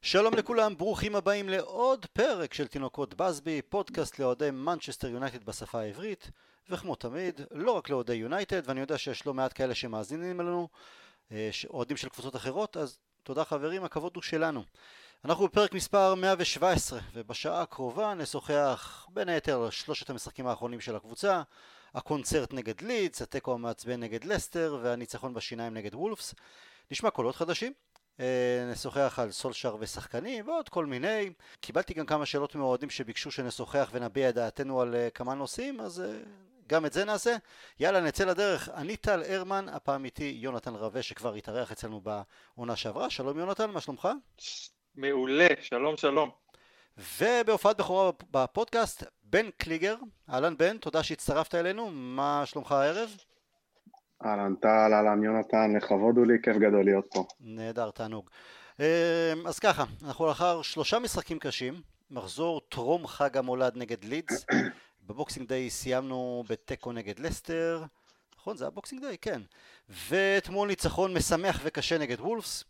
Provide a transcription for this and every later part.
שלום לכולם, ברוכים הבאים לעוד פרק של תינוקות בסבי, פודקאסט לאוהדי מנצ'סטר יונייטד בשפה העברית, וכמו תמיד, לא רק לאוהדי יונייטד, ואני יודע שיש לא מעט כאלה שמאזינים לנו, אוהדים של קבוצות אחרות, אז תודה חברים, הכבוד הוא שלנו. אנחנו בפרק מספר 117, ובשעה הקרובה נשוחח בין היתר על שלושת המשחקים האחרונים של הקבוצה, הקונצרט נגד לידס, התיקו המעצבן נגד לסטר, והניצחון בשיניים נגד וולפס. נשמע קולות חדשים. נשוחח על סולשר ושחקנים ועוד כל מיני. קיבלתי גם כמה שאלות מאוהדים שביקשו שנשוחח ונביע את דעתנו על כמה נושאים, אז גם את זה נעשה. יאללה, נצא לדרך. אני טל הרמן, הפעם איתי יונתן רווה שכבר התארח אצלנו בעונה שעברה. שלום יונתן, מה שלומך? מעולה, שלום שלום. ובהופעת בכורה בפודקאסט, בן קליגר. אהלן בן, תודה שהצטרפת אלינו. מה שלומך הערב? אהלן טל, אהלן יונתן, לכבוד הוא לי, כיף גדול להיות פה. נהדר, תענוג. אז ככה, אנחנו לאחר 3 משחקים קשים, מחזור טרום חג המולד נגד לידס, בבוקסינג דיי סיימנו בתיקו נגד לסטר, נכון? זה היה בוקסינג דיי? כן. ואתמול ניצחון משמח וקשה נגד וולפס.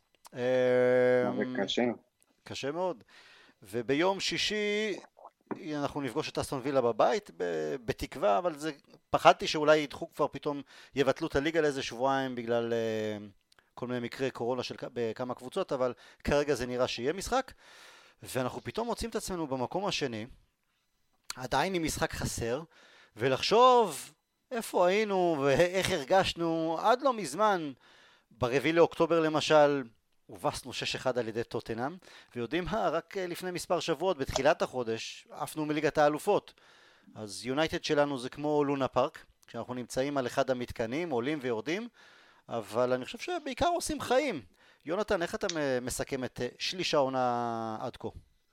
וקשה. קשה מאוד. וביום שישי אנחנו נפגוש את אסטון וילה בבית, בתקווה, אבל פחדתי שאולי ידחו כבר פתאום, יבטלו את הליגה לאיזה שבועיים בגלל כל מיני מקרי קורונה בכמה קבוצות, אבל כרגע זה נראה שיהיה משחק, ואנחנו פתאום מוצאים את עצמנו במקום השני, עדיין עם משחק חסר, ולחשוב איפה היינו ואיך הרגשנו עד לא מזמן, ב4 לאוקטובר למשל, הובסנו 6-1 על ידי טוטנהאם, ויודעים מה, רק לפני מספר שבועות, בתחילת החודש, עפנו מליגת האלופות. אז יונייטד שלנו זה כמו לונה פארק, כשאנחנו נמצאים על אחד המתקנים, עולים ויורדים, אבל אני חושב שבעיקר עושים חיים. יונתן, איך אתה מסכם את שליש העונה עד כה?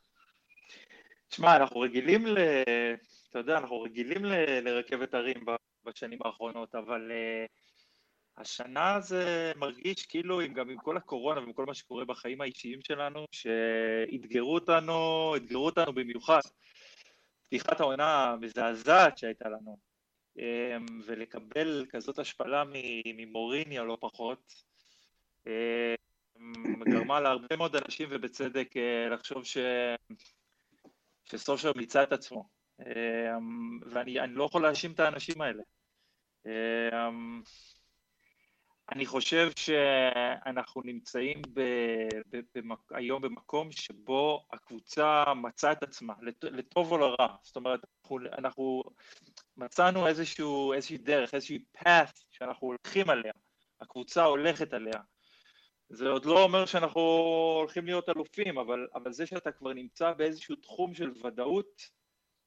תשמע, אנחנו רגילים אנחנו רגילים לרכבת הרים בשנים האחרונות, אבל השנה זה מרגיש כאילו, גם עם כל הקורונה ועם כל מה שקורה בחיים האישיים שלנו, שהתגרו אותנו במיוחד. פתיחת העונה המזעזעת שהייתה לנו, ולקבל כזאת השפלה ממוריניו לא פחות, גרמה להרבה מאוד אנשים ובצדק לחשוב שסולשר מיצה את עצמו, ואני לא יכול להאשים את האנשים האלה. אני חושב שאנחנו נמצאים היום במקום שבו הקבוצה מצאה את עצמה, לטוב או לרע. זאת אומרת, אנחנו מצאנו איזושהי דרך, איזושהי path שאנחנו הולכים עליה, הקבוצה הולכת עליה. זה עוד לא אומר שאנחנו הולכים להיות אלופים, אבל זה שאתה כבר נמצא באיזשהו תחום של ודאות,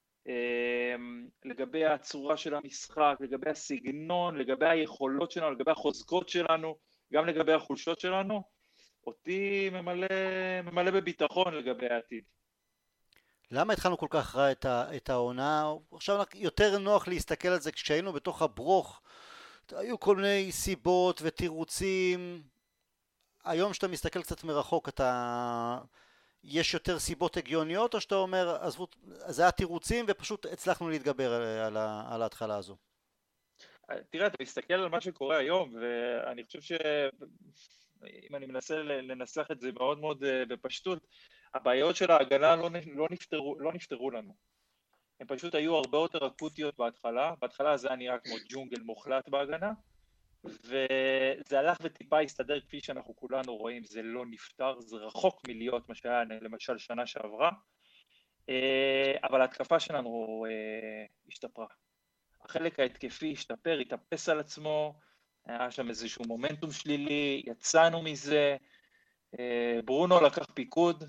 לגבי הצורה של המשחק, לגבי הסגנון, לגבי היכולות שלנו, לגבי החוזקות שלנו, גם לגבי החולשות שלנו, אותי ממלא בביטחון לגבי העתיד. למה התחלנו כל כך רע את העונה? עכשיו יותר נוח להסתכל על זה כשהיינו בתוך הברוך, היו כל מיני סיבות ותירוצים. היום שאתה מסתכל קצת מרחוק, יש יותר סיבות הגיוניות, או שאתה אומר, עזבו, זה היה תירוצים ופשוט הצלחנו להתגבר על ההתחלה הזו? תראה, אתה מסתכל על מה שקורה היום, ואני חושב שאם אני מנסה לנסח את זה מאוד מאוד בפשטות, הבעיות של ההגנה לא נפתרו לנו. הן פשוט היו הרבה יותר אקוטיות בהתחלה זה היה נראה כמו ג'ונגל מוחלט בהגנה, וזה הלך וטיפה הסתדר כפי שאנחנו כולנו רואים, זה לא נפתר, זה רחוק מלהיות מה שהיה למשל שנה שעברה, אבל ההתקפה שלנו השתפרה. החלק ההתקפי השתפר, התאפס על עצמו, היה שם איזשהו מומנטום שלילי, יצאנו מזה, ברונו לקח פיקוד,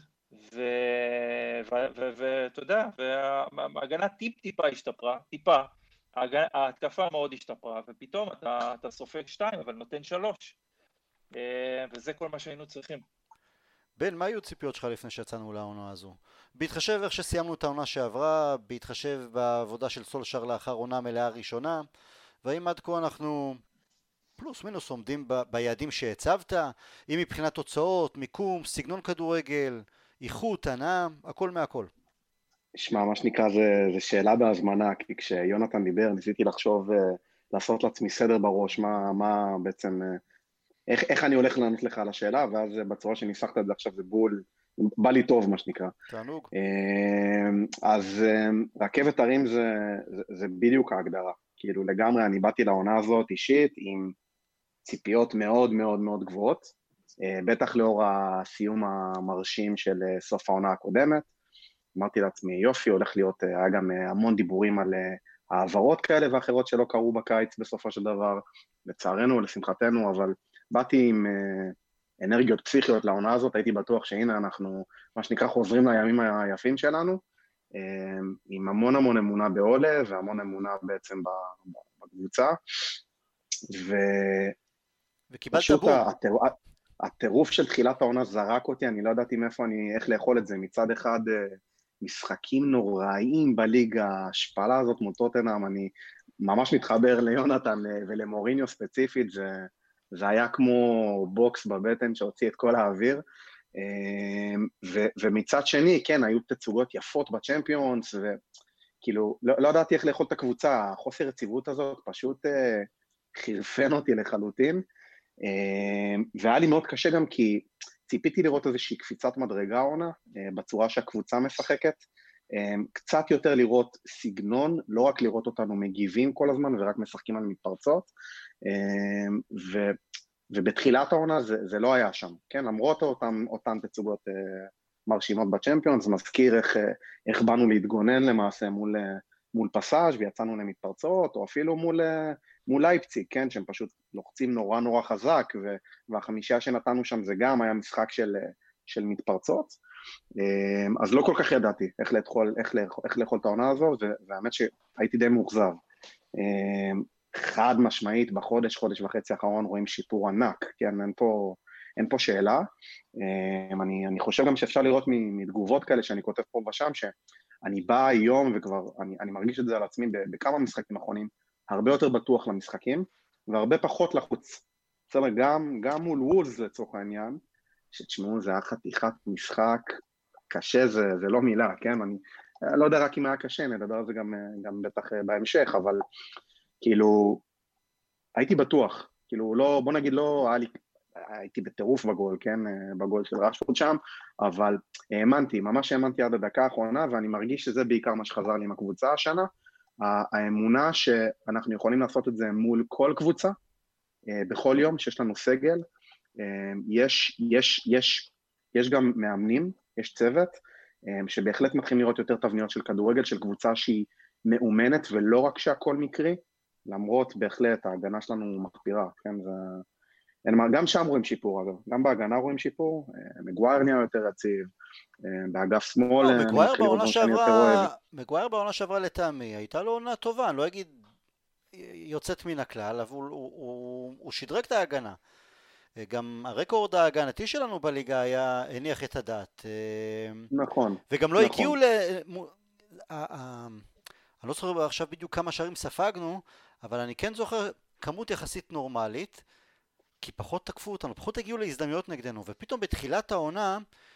ואתה יודע, וההגנה טיפה השתפרה, טיפה, ההתקפה מאוד השתפרה, ופתאום אתה סופג 2 אבל נותן 3, וזה כל מה שהיינו צריכים. בן, מה היו ציפיות שלך לפני שיצאנו לעונה הזו? בהתחשב איך שסיימנו את העונה שעברה, בהתחשב בעבודה של סולשר לאחר עונה מלאה ראשונה, והאם עד כה אנחנו פלוס מינוס עומדים ביעדים שהצבת, אם מבחינת תוצאות, מיקום, סגנון כדורגל, איכות, הנאה, הכל מהכל. שמע, מה שנקרא זה שאלה בהזמנה, כי כשיונתן דיבר ניסיתי לחשוב, לעשות לעצמי סדר בראש, מה בעצם, איך אני הולך לענות לך על השאלה, ואז בצורה שניסחת את זה עכשיו זה בול בא לי טוב, מה שנקרא. תענוג. אז רכבת הרים זה בדיוק ההגדרה. כאילו לגמרי אני באתי לעונה הזאת אישית עם ציפיות מאוד מאוד מאוד גבוהות, בטח לאור הסיום המרשים של סוף העונה הקודמת. אמרתי לעצמי, יופי, הולך להיות, היה גם המון דיבורים על העברות כאלה ואחרות שלא קרו בקיץ בסופו של דבר, לצערנו, לשמחתנו, אבל באתי עם אנרגיות פסיכיות לעונה הזאת, הייתי בטוח שהנה אנחנו, מה שנקרא, חוזרים לימים היפים שלנו, עם המון המון אמונה בעולה, והמון אמונה בעצם בקבוצה, וקיבלת פשוט בום. הטירוף של תחילת העונה זרק אותי, אני לא ידעתי מאיפה איך לאכול את זה, מצד אחד משחקים נוראיים בליגה, ההשפלה הזאת מול טוטנהאם, אני ממש מתחבר ליונתן ולמוריניו ספציפית, זה היה כמו בוקס בבטן שהוציא את כל האוויר, ומצד שני, כן, היו תצוגות יפות בצ'מפיונס, וכאילו, לא ידעתי איך לאכול את הקבוצה, החוסר יציבות הזאת פשוט חירפן אותי לחלוטין, והיה לי מאוד קשה גם כי ציפיתי לראות איזושהי קפיצת מדרגה עונה, בצורה שהקבוצה משחקת, קצת יותר לראות סגנון, לא רק לראות אותנו מגיבים כל הזמן ורק משחקים על מתפרצות, ובתחילת העונה זה לא היה שם, כן? למרות אותן תצוגות מרשימות בצ'מפיונס, מזכיר איך באנו להתגונן למעשה מול פסאז' ויצאנו למתפרצות, או אפילו מול לייפציג, כן? שהם פשוט לוחצים נורא נורא חזק, והחמישייה שנתנו שם זה גם היה משחק של מתפרצות, אז לא כל כך ידעתי איך לאכול את העונה הזו, והאמת שהייתי די מאוכזב. חד משמעית חודש וחצי האחרון רואים שיפור ענק, כן? אין פה שאלה. אני חושב גם שאפשר לראות מתגובות כאלה שאני כותב פה ושם, שאני בא היום וכבר, אני מרגיש את זה על עצמי בכמה משחקים אחרונים, הרבה יותר בטוח למשחקים, והרבה פחות לחוץ. בסדר, גם מול וולס לצורך העניין, שתשמעו, זה היה חתיכת משחק קשה, זה לא מילה, כן? אני לא יודע רק אם היה קשה, נדבר על זה גם בטח בהמשך, אבל כאילו, הייתי בטוח, כאילו, לא, בוא נגיד, לא, הייתי בטירוף בגול, כן? בגול של רשפורד שם, אבל ממש האמנתי עד הדקה האחרונה, ואני מרגיש שזה בעיקר מה שחזר לי עם הקבוצה השנה, האמונה שאנחנו יכולים לעשות את זה מול כל קבוצה, בכל יום שיש לנו סגל, יש גם מאמנים, יש צוות, שבהחלט מתחילים לראות יותר תבניות של כדורגל, של קבוצה שהיא מאומנת, ולא רק שהכל מקרי, למרות בהחלט ההגנה שלנו מחפירה, כן? גם שם רואים שיפור, אגב, גם בהגנה רואים שיפור, מגווייר נהיה יותר יציב, באגף שמאל, מגווייר בעונה שעברה לטעמי, הייתה לו עונה טובה, אני לא אגיד יוצאת מן הכלל, אבל הוא שדרג את ההגנה. גם הרקורד ההגנתי שלנו בליגה הניח את הדעת. נכון. וגם לא הגיעו אני לא זוכר עכשיו בדיוק כמה שערים ספגנו, אבל אני כן זוכר כמות יחסית נורמלית, כי פחות תקפו אותנו, פחות הגיעו להזדמנויות נגדנו, ופתאום בתחילת העונה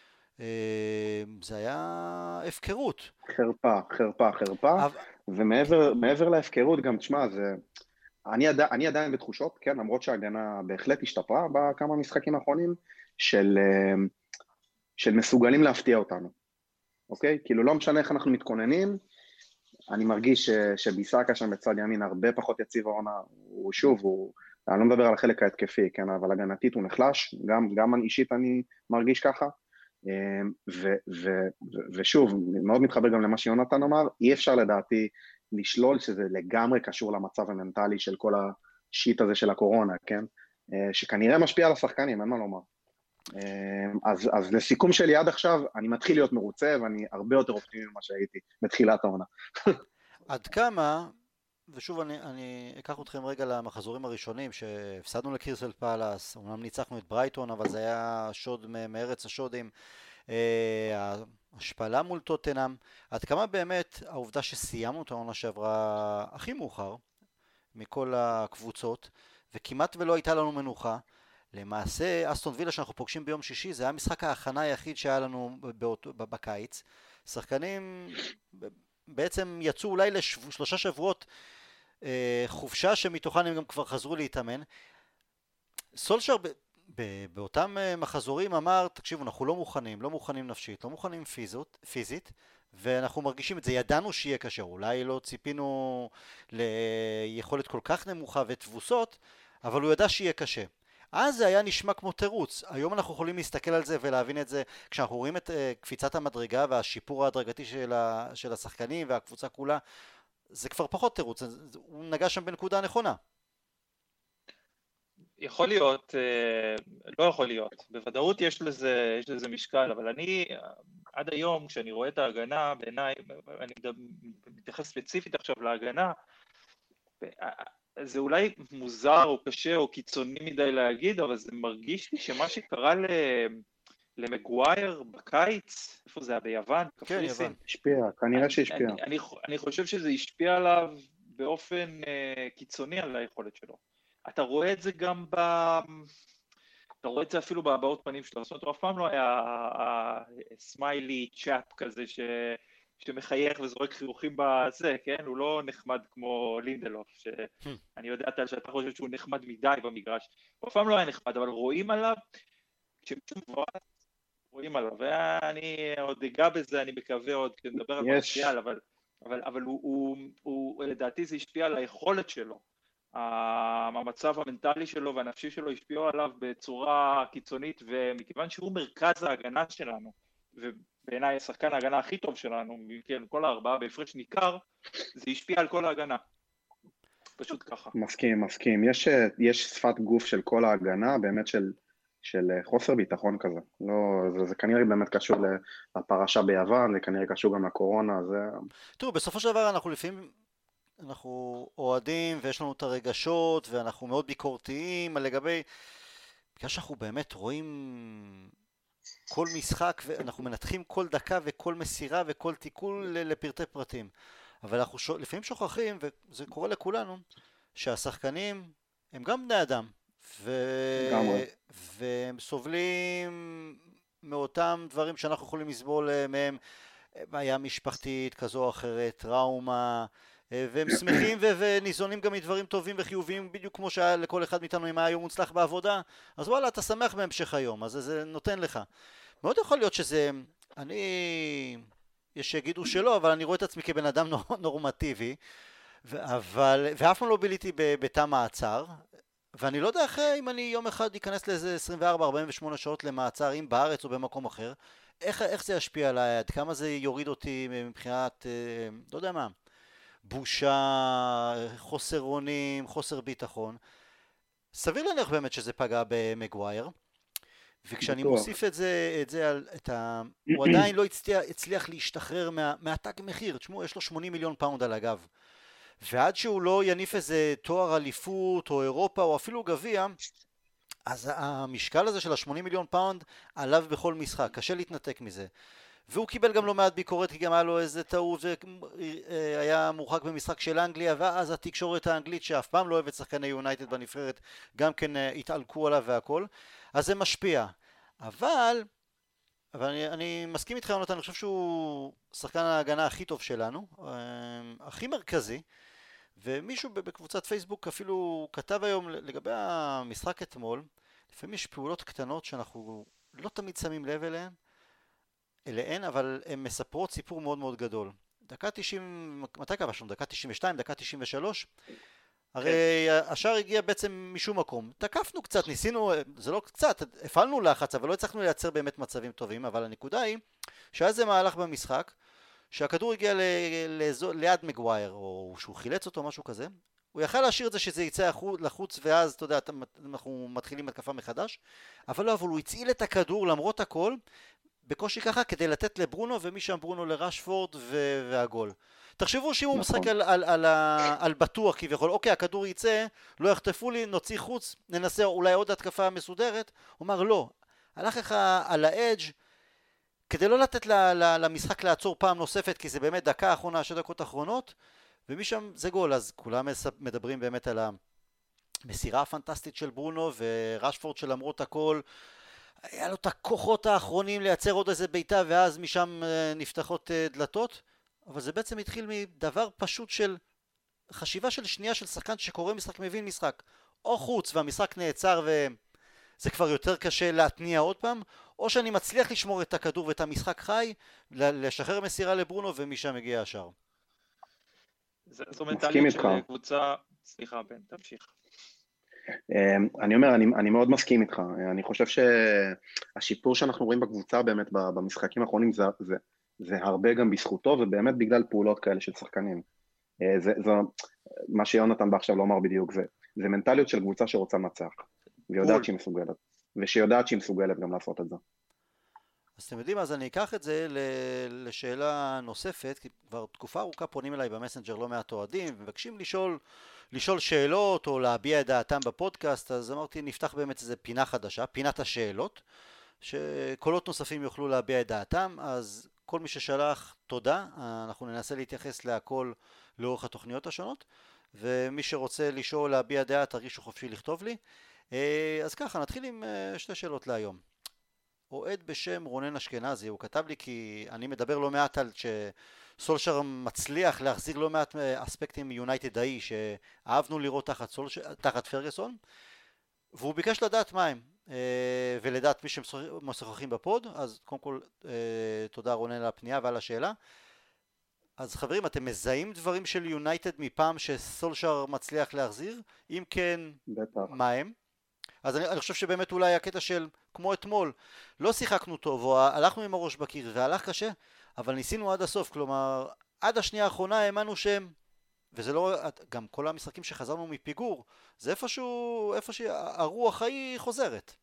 זה היה הפקרות. חרפה, ומעבר להפקרות גם, תשמע, אני עדיין בתחושות, כן, למרות שההגנה בהחלט השתפרה בכמה משחקים האחרונים, של מסוגלים להפתיע אותנו, אוקיי? כאילו לא משנה איך אנחנו מתכוננים, אני מרגיש שביסאקה שם בצד ימין הרבה פחות יציב העונה, אני לא מדבר על החלק ההתקפי, כן, אבל הגנתית הוא נחלש, גם אישית אני מרגיש ככה, ושוב, מאוד מתחבר גם למה שיונתן אמר, אי אפשר לדעתי לשלול שזה לגמרי קשור למצב המנטלי של כל השיט הזה של הקורונה, כן, שכנראה משפיע על השחקנים, אין מה לומר. אז לסיכום שלי עד עכשיו, אני מתחיל להיות מרוצה, ואני הרבה יותר אופטימי ממה שהייתי בתחילת העונה. עד כמה, ושוב אני אקח אתכם רגע למחזורים הראשונים, שהפסדנו לקריסטל פלאס, אומנם ניצחנו את ברייטון, אבל זה היה שוד מארץ השודים, השפלה מול טוטנהאם, עד כמה באמת העובדה שסיימנו את העונה שעברה הכי מאוחר, מכל הקבוצות, וכמעט ולא הייתה לנו מנוחה, למעשה אסטון וילה שאנחנו פוגשים ביום שישי, זה היה משחק ההכנה היחיד שהיה לנו בקיץ, שחקנים בעצם יצאו אולי לשלושה שבועות חופשה שמתוכן הם גם כבר חזרו להתאמן. סולשר באותם מחזורים אמר, תקשיבו, אנחנו לא מוכנים נפשית, לא מוכנים פיזית, ואנחנו מרגישים את זה, ידענו שיהיה קשה, אולי לא ציפינו ליכולת כל כך נמוכה ותבוסות, אבל הוא ידע שיהיה קשה. אז זה היה נשמע כמו תירוץ. היום אנחנו יכולים להסתכל על זה ולהבין את זה, כשאנחנו רואים את קפיצת המדרגה והשיפור ההדרגתי של השחקנים והקבוצה כולה, זה כבר פחות תירוץ, הוא נגע שם בנקודה נכונה. יכול להיות, לא יכול להיות. בוודאות יש לזה משקל, אבל אני, עד היום, כשאני רואה את ההגנה, בעיניי, אני מתייחס ספציפית עכשיו להגנה, זה אולי מוזר או קשה או קיצוני מדי להגיד, אבל זה מרגיש לי שמה שקרה למגווייר בקיץ, איפה זה היה? ביוון? כן, יוון. השפיע, כנראה שהשפיע. אני חושב שזה השפיע עליו באופן קיצוני על היכולת שלו. אתה רואה את זה גם אתה רואה את זה אפילו בהבעות פנים שלו, זאת אומרת, הוא אף פעם לא היה סמיילי צ'אפ כזה שמחייך וזורק חיוכים בזה, כן? הוא לא נחמד כמו לינדלוף, שאני יודע שאתה חושב שהוא נחמד מדי במגרש, הוא אף פעם לא היה נחמד, אבל רואים עליו, כשמישהו מבואס, רואים עליו, ואני עוד אגע בזה, אני מקווה עוד, כשנדבר על מרסיאל, אבל הוא לדעתי זה השפיע על היכולת שלו, המצב המנטלי שלו והנפשי שלו השפיעו עליו בצורה קיצונית, ומכיוון שהוא מרכז ההגנה שלנו, ובעיניי השחקן ההגנה הכי טוב שלנו, כל הארבעה בהפרש ניכר, זה השפיע על כל ההגנה. פשוט ככה. מסכים. יש שפת גוף של כל ההגנה, באמת של חוסר ביטחון כזה. לא, זה כנראה באמת קשור לפרשה ביוון, זה כנראה קשור גם לקורונה, זה... תראו, בסופו של דבר אנחנו אוהדים ויש לנו את הרגשות ואנחנו מאוד ביקורתיים לגבי, בגלל שאנחנו באמת רואים כל משחק ואנחנו מנתחים כל דקה וכל מסירה וכל תיקול לפרטי פרטים, אבל אנחנו לפעמים שוכחים, וזה קורה לכולנו, שהשחקנים הם גם בני אדם והם סובלים מאותם דברים שאנחנו יכולים לסבול מהם, בעיה משפחתית כזו או אחרת, טראומה, והם שמחים וניזונים גם מדברים טובים וחיוביים, בדיוק כמו שהיה לכל אחד מאיתנו אם היה יום מוצלח בעבודה, אז וואלה, אתה שמח בהמשך היום, אז זה נותן לך. מאוד יכול להיות שזה, יש שיגידו שלא, אבל אני רואה את עצמי כבן אדם נורמטיבי, ואף פעם לא ביליתי בתא מעצר, ואני לא יודע אם אני יום אחד אכנס לאיזה 24-48 שעות למעצר, אם בארץ או במקום אחר, איך זה ישפיע עליי, עד כמה זה יוריד אותי מבחינת, לא יודע מה, בושה, חוסר אונים, חוסר ביטחון. סביר להניח באמת שזה פגע במגווייר, וכשאני מוסיף את זה הוא עדיין לא הצליח להשתחרר מהתג מחיר. תשמעו, יש לו 80 מיליון פאונד על הגב, ועד שהוא לא יניף איזה תואר אליפות או אירופה או אפילו גביע, אז המשקל הזה של ה-80 מיליון פאונד עליו בכל משחק, קשה להתנתק מזה. והוא קיבל גם לא מעט ביקורת, כי גם היה לו איזה טעות, היה מורחק במשחק של אנגליה, ואז התקשורת האנגלית שאף פעם לא אוהבת שחקני יונייטד בנבחרת, גם כן התעלקו עליו והכל, אז זה משפיע. אבל אני מסכים איתך, יונתן, אני חושב שהוא שחקן ההגנה הכי טוב שלנו, הכי מרכזי, ומישהו בקבוצת פייסבוק אפילו כתב היום לגבי המשחק אתמול, לפעמים יש פעולות קטנות שאנחנו לא תמיד שמים לב אליהן, אבל הן מספרות סיפור מאוד מאוד גדול. דקה 90, מתי כבשנו? דקה 92, דקה 93? הרי השער הגיע בעצם משום מקום. תקפנו קצת, ניסינו, זה לא קצת, הפעלנו לחץ, אבל לא הצלחנו לייצר באמת מצבים טובים, אבל הנקודה היא שהיה זה מהלך במשחק, שהכדור הגיע ליד מגווייר, או שהוא חילץ אותו, משהו כזה, הוא יכל להשאיר את זה שזה יצא לחוץ, ואז, אתה יודע, אנחנו מתחילים התקפה מחדש, אבל לא, אבל הוא הצעיל את הכדור למרות הכל, בקושי ככה כדי לתת לברונו, ומשם ברונו לרשפורד והגול. תחשבו שאם הוא משחק על בטוח כביכול, אוקיי, הכדור יצא, לא יחטפו לי, נוציא חוץ, ננסה אולי עוד התקפה מסודרת, הוא אמר לא, הלך לך על האדג' כדי לא לתת למשחק לעצור פעם נוספת, כי זה באמת דקה האחרונה, 6 דקות האחרונות, ומשם זה גול. אז כולם מדברים באמת על המסירה הפנטסטית של ברונו, ורשפורד שלמרות הכל, היה לו את הכוחות האחרונים לייצר עוד איזה ביתה, ואז משם נפתחות דלתות, אבל זה בעצם התחיל מדבר פשוט של חשיבה של שנייה של שחקן שקורא משחק, מבין משחק, או חוץ, והמשחק נעצר זה כבר יותר קשה להתניע עוד פעם, או שאני מצליח לשמור את הכדור ואת המשחק חי, לשחרר מסירה לברונו ומשם מגיע השאר. זו מנטליות של קבוצה, סליחה בן, תמשיך. אני אומר, אני מאוד מסכים איתך, אני חושב שהשיפור שאנחנו רואים בקבוצה באמת במשחקים האחרונים זה הרבה גם בזכותו, ובאמת בגלל פעולות כאלה של שחקנים. זה מה שיונתן בא עכשיו לומר בדיוק, זה מנטליות של קבוצה שרוצה לנצח, ויודעת שהיא מסוגלת, ושיודעת שהיא מסוגלת גם לעשות את זה. אז אתם יודעים, אז אני אקח את זה לשאלה נוספת, כי כבר תקופה ארוכה פונים אליי במסנג'ר לא מעט אוהדים, ומבקשים לשאול שאלות או להביע את דעתם בפודקאסט, אז אמרתי נפתח באמת איזו פינה חדשה, פינת השאלות, שקולות נוספים יוכלו להביע את דעתם, אז כל מי ששלח תודה, אנחנו ננסה להתייחס להכל לאורך התוכניות השונות, ומי שרוצה לשאול להביע דעה תרגישו חופשי לכתוב לי. אז ככה, נתחיל עם שתי שאלות להיום. אוהד בשם רונן אשכנזי, הוא כתב לי כי אני מדבר לא מעט על שסולשר מצליח להחזיר לא מעט אספקטים מיונייטד ההיא שאהבנו לראות תחת פרגוסון, והוא ביקש לדעת מה הם, ולדעת מי שמשוחחים בפוד, אז קודם כל תודה רונן על הפנייה ועל השאלה. אז חברים, אתם מזהים דברים של יונייטד מפעם שסולשר מצליח להחזיר? אם כן, בטח. מה הם? אז אני חושב שבאמת אולי הקטע של כמו אתמול, לא שיחקנו טוב או הלכנו עם הראש בקיר והלך קשה, אבל ניסינו עד הסוף, כלומר עד השנייה האחרונה האמנו שהם, וזה לא, גם כל המשחקים שחזרנו מפיגור, זה איפה שהרוח ההיא חוזרת.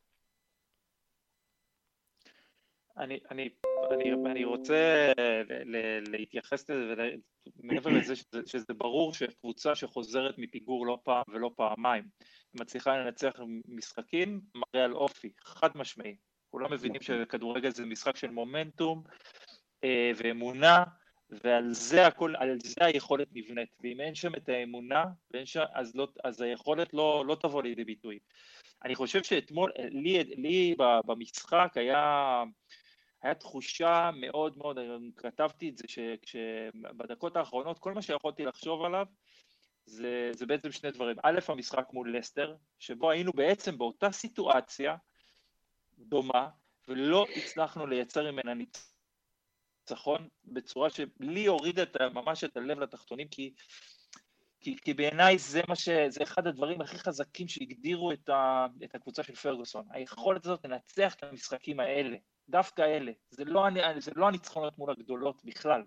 אני רוצה להתייחס לזה, מעבר לזה שזה ברור שקבוצה שחוזרת מפיגור לא פעם ולא פעמיים, מצליחה לנצח משחקים, מראה על אופי, חד משמעי. כולם מבינים שכדורגל זה משחק של מומנטום ואמונה, ועל זה הכל, על זה היכולת נבנית, ואם אין שם את האמונה, אז היכולת לא תבוא לידי ביטוי. אני חושב שאתמול, לי במשחק היה תחושה מאוד מאוד, כתבתי את זה, שבדקות האחרונות, כל מה שיכולתי לחשוב עליו, זה בעצם שני דברים. א', המשחק מול לסטר, שבו היינו בעצם באותה סיטואציה דומה, ולא הצלחנו לייצר ממנה ניצחון, בצורה שלי הורידה ממש את הלב לתחתונים, כי בעיניי זה אחד הדברים הכי חזקים שהגדירו את הקבוצה של פרגוסון. היכולת הזאת לנצח את המשחקים האלה, דווקא אלה, זה לא הניצחונות מול הגדולות בכלל.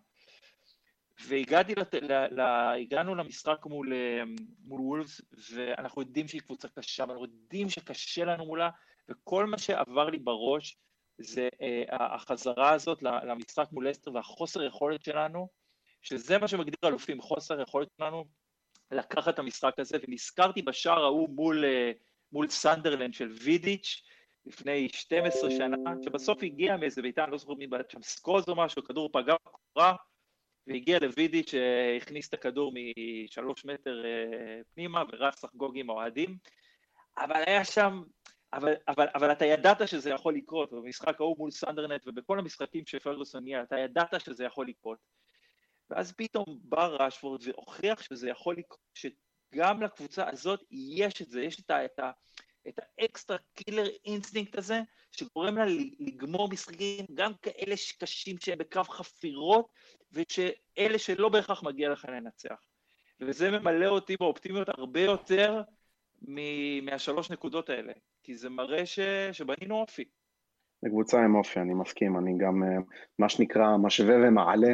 והגענו למשחק מול וולפס, ואנחנו יודעים שהיא קבוצה קשה, ואנחנו יודעים שקשה לנו מולה, וכל מה שעבר לי בראש זה החזרה הזאת למשחק מול לסטר, והחוסר יכולת שלנו, שזה מה שמגדיר אלופים, חוסר יכולת שלנו לקחת את המשחק הזה, ונזכרתי בשער ההוא מול סנדרלנד של וידיץ' לפני 12 שנה, שבסוף הגיע מאיזה ביתה, אני לא זוכר מי בעד שם סקוז או משהו, כדור פגע בקורה, והגיע לוידיץ' שהכניס את הכדור מ3 מטר פנימה, ורץ לחגוג עם האוהדים, אבל היה שם, אבל אתה ידעת שזה יכול לקרות, במשחק ההוא מול סנדרלנד, ובכל המשחקים שפרגוסון נהיה, אתה ידעת שזה יכול לקרות, ואז פתאום בא רשפורד והוכיח שזה יכול לקרות, שגם לקבוצה הזאת יש את זה, יש את האקסטרה קילר אינסטינקט הזה, שגורם לה לגמור משחקים, גם כאלה קשים שהם בקו חפירות, ושאלה שלא בהכרח מגיע לך לנצח. וזה ממלא אותי באופטימיות הרבה יותר מהשלוש נקודות האלה, כי זה מראה שבנינו אופי. לקבוצה עם אופי, אני מסכים, אני גם מה שנקרא משווה ומעלה.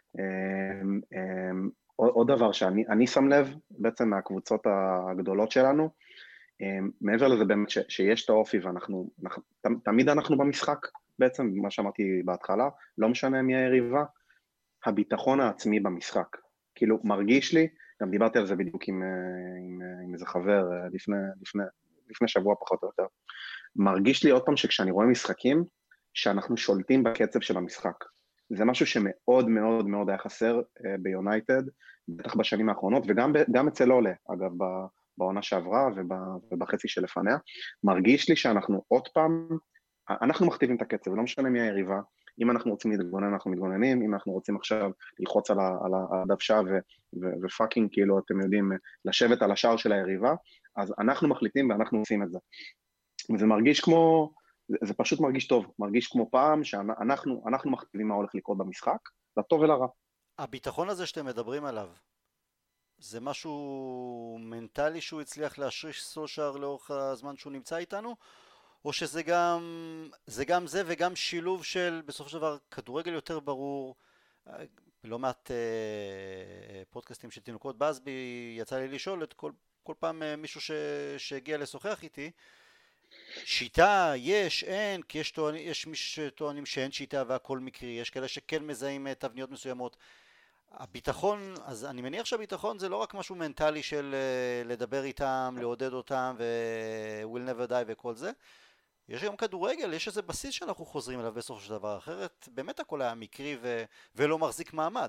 עוד דבר שאני שם לב בעצם מהקבוצות הגדולות שלנו, מעבר לזה באמת שיש את האופי ואנחנו, תמיד אנחנו במשחק בעצם, מה שאמרתי בהתחלה, לא משנה מי היריבה, הביטחון העצמי במשחק. כאילו מרגיש לי, גם דיברתי על זה בדיוק עם איזה חבר לפני שבוע פחות או יותר, מרגיש לי עוד פעם שכשאני רואה משחקים, שאנחנו שולטים בקצב של המשחק. זה משהו שמאוד מאוד מאוד היה חסר ביונייטד, בטח בשנים האחרונות, וגם אצל אולה, אגב, בעונה שעברה ובחצי שלפניה, מרגיש לי שאנחנו עוד פעם, אנחנו מכתיבים את הקצב, לא משנה מי היריבה, אם אנחנו רוצים להתגונן, אנחנו מתגוננים, אם אנחנו רוצים עכשיו ללחוץ על הדוושה ופאקינג, כאילו אתם יודעים, לשבת על השער של היריבה, אז אנחנו מחליטים ואנחנו עושים את זה. וזה מרגיש כמו, זה פשוט מרגיש טוב, מרגיש כמו פעם שאנחנו מכתיבים מה הולך לקרות במשחק, לטוב ולרע. הביטחון הזה שאתם מדברים עליו, זה משהו מנטלי שהוא הצליח להשריש סולשר לאורך הזמן שהוא נמצא איתנו? או שזה גם זה וגם שילוב של בסופו של דבר כדורגל יותר ברור? לא מעט פודקאסטים של תינוקות בסבי יצא לי לשאול את כל פעם מישהו שהגיע לשוחח איתי, שיטה יש, אין, כי יש מי שטוענים שאין שיטה והכל מקרי, יש כאלה שכן מזהים תבניות מסוימות. הביטחון, אז אני מניח שהביטחון זה לא רק משהו מנטלי של לדבר איתם, לעודד אותם ו-will never die וכל זה. יש גם כדורגל, יש איזה בסיס שאנחנו חוזרים אליו בסופו של דבר, אחרת באמת הכל היה מקרי ולא מחזיק מעמד.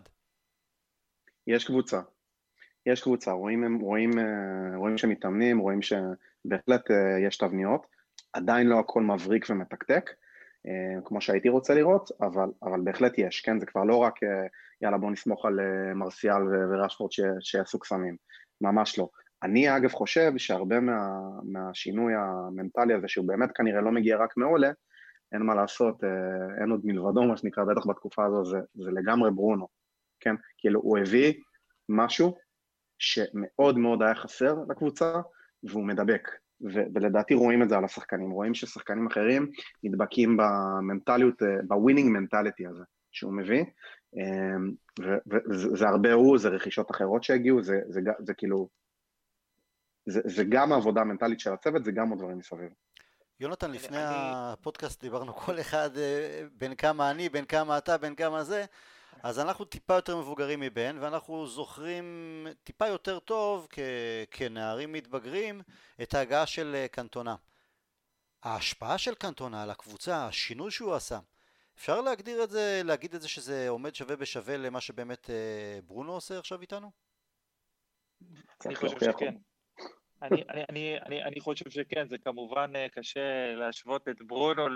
יש קבוצה, רואים שמתאמנים, רואים שבהחלט יש תבניות, עדיין לא הכל מבריק ומתקתק, כמו שהייתי רוצה לראות, אבל בהחלט יש, כן? זה כבר לא רק, יאללה בוא נסמוך על מרסיאל ורשפורד שיעשו קסמים, ממש לא. אני אגב חושב שהרבה מהשינוי המנטלי הזה, שהוא באמת כנראה לא מגיע רק מעולה, אין מה לעשות, אין עוד מלבדו, מה שנקרא, בטח בתקופה הזו, זה לגמרי ברונו, כן? כאילו הוא הביא משהו שמאוד מאוד היה חסר לקבוצה, והוא מדבק. ולדעתי רואים את זה על השחקנים, רואים ששחקנים אחרים נדבקים במנטליות, בווינינג מנטליטי הזה שהוא מביא, וזה הרבה זה רכישות אחרות שהגיעו, זה כאילו, זה גם העבודה המנטלית של הצוות, זה גם עוד דברים מסביב. יונתן, לפני הפודקאסט דיברנו כל אחד בין כמה אני, בין כמה אתה, בין כמה זה, אז אנחנו טיפה יותר מבוגרים מבן, ואנחנו זוכרים טיפה יותר טוב כנערים מתבגרים את ההגעה של קנטונה. ההשפעה של קנטונה על הקבוצה, השינוי שהוא עשה, אפשר להגדיר את זה, להגיד את זה שזה עומד שווה בשווה למה שבאמת ברונו עושה עכשיו איתנו? אני חושב שכן. אני חושב שכן, זה כמובן קשה להשוות את ברונו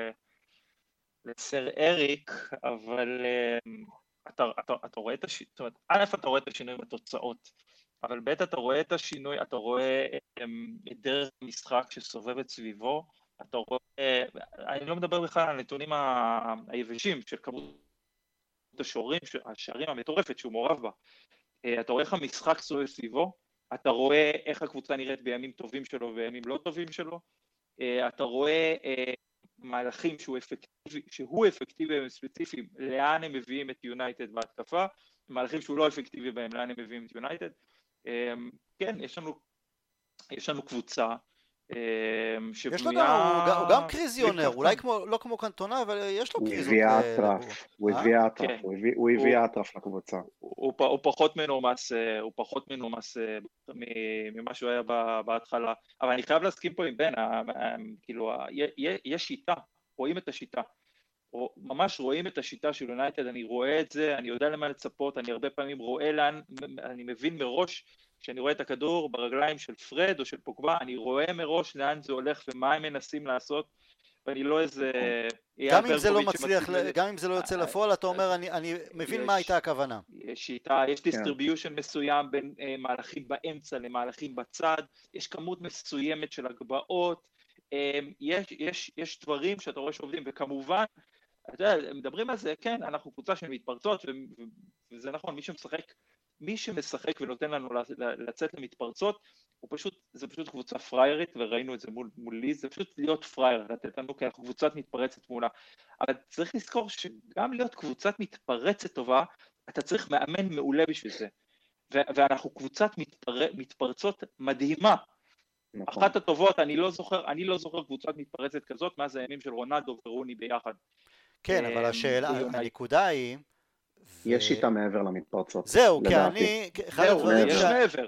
לסר אריק, אבל אתה רואה את השינוי, זאת אומרת, א' אתה רואה את השינוי בתוצאות, אבל ב' אתה רואה את השינוי, אתה רואה את דרך המשחק שסובבת סביבו, אתה רואה, אני לא מדבר בכלל על הנתונים היבשים של כמות השערים המטורפת שהוא מעורב בה, אתה רואה איך המשחק סובב סביבו, אתה רואה איך הקבוצה נראית בימים טובים שלו ובימים לא טובים שלו, אתה רואה מהלכים שהוא אפקטיבי והם ספציפיים, לאן הם מביאים את יונייטד בהתקפה, מהלכים שהוא לא אפקטיבי בהם, לאן הם מביאים את יונייטד. כן, יש לנו קבוצה שבנויה... הוא גם קריזיונר, אולי לא כמו קנטונה, אבל יש לו קריזות. הוא הביא אטרף לקבוצה. הוא פחות מנומס ממה שהוא היה בהתחלה, אבל אני חייב להסכים פה עם בן, כאילו, יש שיטה, רואים את השיטה, ממש רואים את השיטה של יונייטד, אני רואה את זה, אני יודע למה לצפות, אני הרבה פעמים רואה לאן, אני מבין מראש, כשאני רואה את הכדור ברגליים של פרד או של פוגבה, אני רואה מראש לאן זה הולך ומה הם מנסים לעשות, ואני לא איזה... גם אם זה לא מצליח, גם אם זה לא יוצא לפועל, אתה אומר, אני מבין מה הייתה הכוונה. יש שיטה, יש דיסטריביושן מסוים בין מהלכים באמצע למהלכים בצד, יש כמות מסוימת של הגבעות, יש דברים שאתה רואה שעובדים, וכמובן, אתה יודע, מדברים על זה, כן, אנחנו קבוצה של מתפרצות, וזה נכון, מי שמשחק ונותן לנו לצאת למתפרצות, זה פשוט קבוצה פריירית, וראינו את זה מול ליז, זה פשוט להיות פרייר, לתת לנו כי אנחנו קבוצת מתפרצת מולה. אבל צריך לזכור שגם להיות קבוצת מתפרצת טובה, אתה צריך מאמן מעולה בשביל זה. ואנחנו קבוצת מתפרצות מדהימה. אחת הטובות, אני לא זוכר קבוצת מתפרצת כזאת, מאז הימים של רונלדו ורוני ביחד. כן, אבל השאלה, הנקודה היא... יש שיטה מעבר למתפרצות. זהו, כי אני... יש מעבר.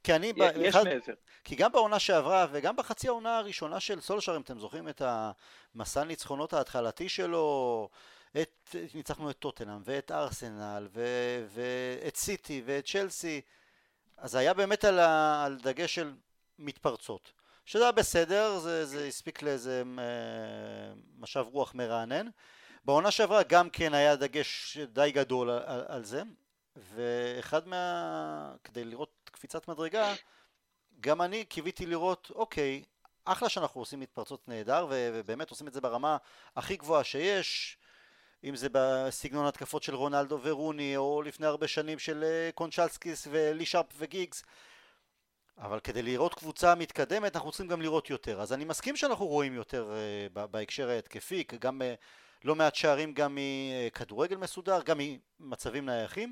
כי גם בעונה שעברה וגם בחצי העונה הראשונה של סולשר, אם אתם זוכרים את המסע ניצחונות ההתחלתי שלו, ניצחנו את טוטנהאם ואת ארסנל ואת סיטי ואת צ'לסי, אז היה באמת על דגש של מתפרצות, שזה היה בסדר, זה הספיק לאיזה משב רוח מרענן. בעונה שעברה גם כן היה דגש די גדול על זה, ואחד כדי לראות קפיצת מדרגה, גם אני קיוויתי לראות, אוקיי, אחלה שאנחנו עושים מתפרצות נהדר, ובאמת עושים את זה ברמה הכי גבוהה שיש, אם זה בסגנון התקפות של רונלדו ורוני, או לפני הרבה שנים של קונצ'לסקיס ולישאפ וגיגס, אבל כדי לראות קבוצה מתקדמת אנחנו צריכים גם לראות יותר. אז אני מסכים שאנחנו רואים יותר בהקשר ההתקפי, גם לא מעט שערים גם מכדורגל מסודר, גם ממצבים נייחים,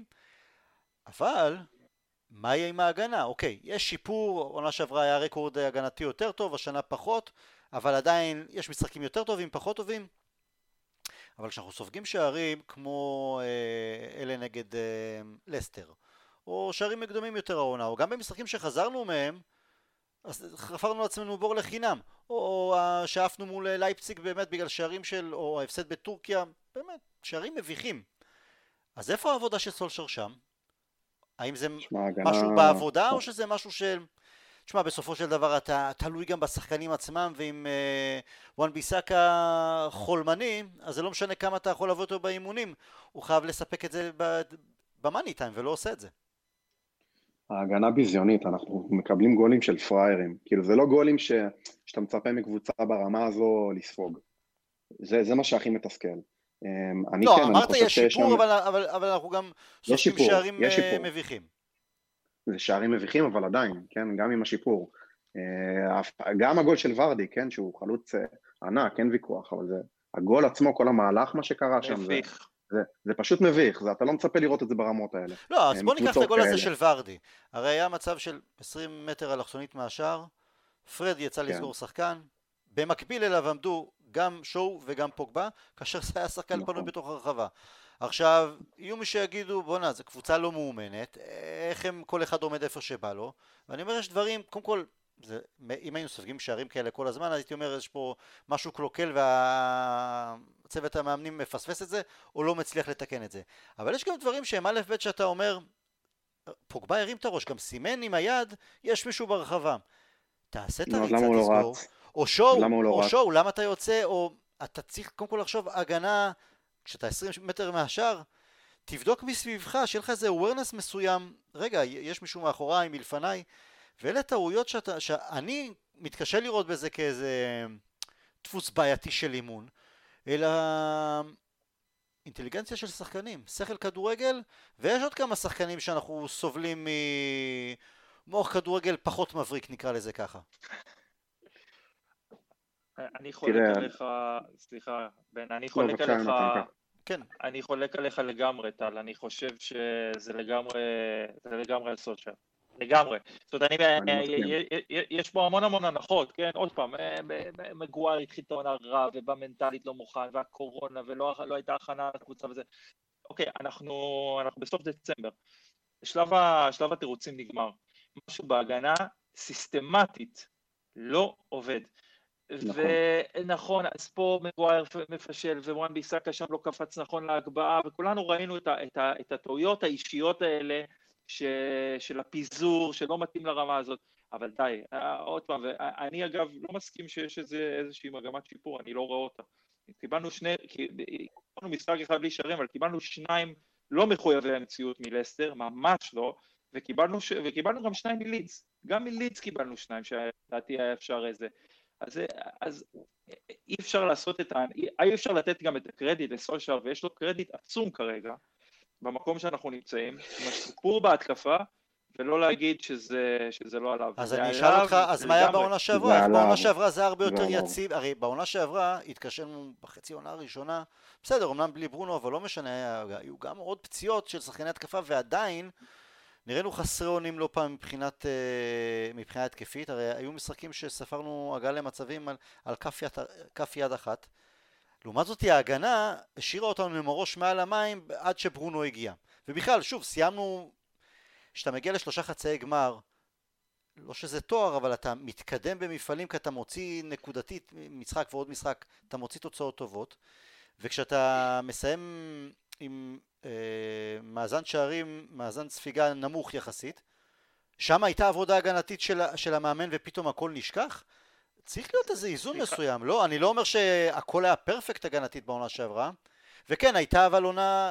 אבל מה יהיה עם ההגנה? אוקיי, יש שיפור, עונה שעברה היה רקורד הגנתי יותר טוב, השנה פחות, אבל עדיין יש משחקים יותר טובים, פחות טובים. אבל כשאנחנו סופגים שערים כמו אלה נגד לסטר, או שערים מקדומים יותר העונה, או גם במשחקים שחזרנו מהם, אז חפרנו לעצמנו בור לחינם, או שאפנו מול לייפציג באמת בגלל שערים של, או ההפסד בטורקיה, באמת, שערים מביכים. אז איפה העבודה של סולשר שם? האם זה משהו בעבודה, או שזה משהו של... תשמע, בסופו של דבר אתה תלוי גם בשחקנים עצמם, ואם וואן ביסאקה חולמני, אז זה לא משנה כמה אתה יכול לבוא אותו באימונים, הוא חייב לספק את זה במאני טיים, ולא עושה את זה. ההגנה ביזיונית, אנחנו מקבלים גולים של פריירים, כאילו זה לא גולים שאתה מצפה מקבוצה ברמה הזו לספוג, זה מה שהכי מתסכל. לא, אמרת יש שיפור, אבל אנחנו גם סופגים שערים מביכים. זה שערים מביכים, אבל עדיין, כן, גם עם השיפור. גם הגול של ורדי, כן, שהוא חלוץ ענק, אין ויכוח, אבל זה, הגול עצמו, כל המהלך מה שקרה שם, זה פשוט מביך, אתה לא מצפה לראות את זה ברמות האלה. לא, אז בוא ניקח את הגול הזה של ורדי. הרי היה מצב של 20 מטר אלכסונית מהשאר, פרד יצא לסגור שחקן, במקביל אליו עמדו גם שואו וגם פוגבה, כאשר זה היה שחקן פנוי בתוך הרחבה. עכשיו, יהיו מי שיגידו, בוא'נה, זו קבוצה לא מאומנת, איך הם כל אחד עומד איפה שבא לו, ואני אומר, יש דברים, קודם כל, אם היינו סופגים שערים כאלה כל הזמן, אז הייתי אומר, יש פה משהו קלוקל והצוות המאמנים מפספס את זה, או לא מצליח לתקן את זה. אבל יש גם דברים שהם א' ב' שאתה אומר, פוגבה הרים את הראש, גם סימן עם היד, יש מישהו ברחבה. תעשה את הריצה, תסגור. או שואו, למה אתה יוצא, או אתה צריך קודם כל לחשוב הגנה, כשאתה 20 מטר מהשאר, תבדוק מסביבך, שיהיה לך איזה awareness מסוים, רגע, יש מישהו מאחוריי, מלפניי, ואלה טעויות שאני מתקשה לראות בזה כאיזה דפוס בעייתי של אימון, אלא אינטליגנציה של שחקנים, שכל כדורגל, ויש עוד כמה שחקנים שאנחנו סובלים ממוח כדורגל פחות מבריק, נקרא לזה ככה. אני חולק עליך, סליחה, בן, אני חולק עליך, כן. אני חולק עליך לגמרי, טל, אני חושב שזה לגמרי על סולשר, לגמרי. זאת אומרת, יש פה המון הנחות, כן, עוד פעם, מגואר התחיל את העונה רע, ובמנטלית לא מוכן, והקורונה, ולא הייתה הכנה לקבוצה וזה. אוקיי, אנחנו בסוף דצמבר, שלב התירוצים נגמר, משהו בהגנה סיסטמטית לא עובד. ונכון, אז פה מגואר מפשל ווואן ביסאקה שם לא קפץ נכון להגבהה, וכולנו ראינו את הטעויות האישיות האלה של הפיזור שלא מתאים לרמה הזאת, אבל די, עוד פעם, ואני אגב לא מסכים שיש איזושהי מגמת שיפור, אני לא רואה אותה. קיבלנו משחק אחד בלי שערים, אבל קיבלנו 2 לא מחויבי המציאות מלסטר, ממש לא, וקיבלנו גם 2 מלידס, גם מלידס קיבלנו 2 שלדעתי היה אפשר איזה. אז אי אפשר לתת גם את הקרדיט לסולשר, ויש לו קרדיט עצום כרגע, במקום שאנחנו נמצאים, עם הסיפור בהתקפה, ולא להגיד שזה לא עליו. אז אני אשאל אותך, אז מה היה בעונה שעברה? בעונה שעברה זה הרבה יותר יציב, הרי בעונה שעברה התקשרנו בחצי עונה הראשונה, בסדר, אמנם בלי ברונו, אבל לא משנה, היו גם עוד פציעות של שחקני התקפה, ועדיין נראינו חסרי אונים לא פעם מבחינה התקפית, הרי היו משחקים שספרנו הגעה למצבים על כף יד אחת. לעומת זאת ההגנה השאירה אותנו עם הראש מעל המים עד שברונו הגיע. ובכלל, שוב, סיימנו, כשאתה מגיע ל3 חצאי גמר, לא שזה תואר, אבל אתה מתקדם במפעלים כי אתה מוציא נקודתית משחק ועוד משחק, אתה מוציא תוצאות טובות, וכשאתה מסיים עם מאזן שערים, מאזן ספיגה נמוך יחסית, שם הייתה עבודה הגנתית של המאמן ופתאום הכל נשכח, צריך להיות איזה איזון מסוים, לא? אני לא אומר שהכל היה פרפקט הגנתית בעונה שעברה, וכן, הייתה אבל עונה,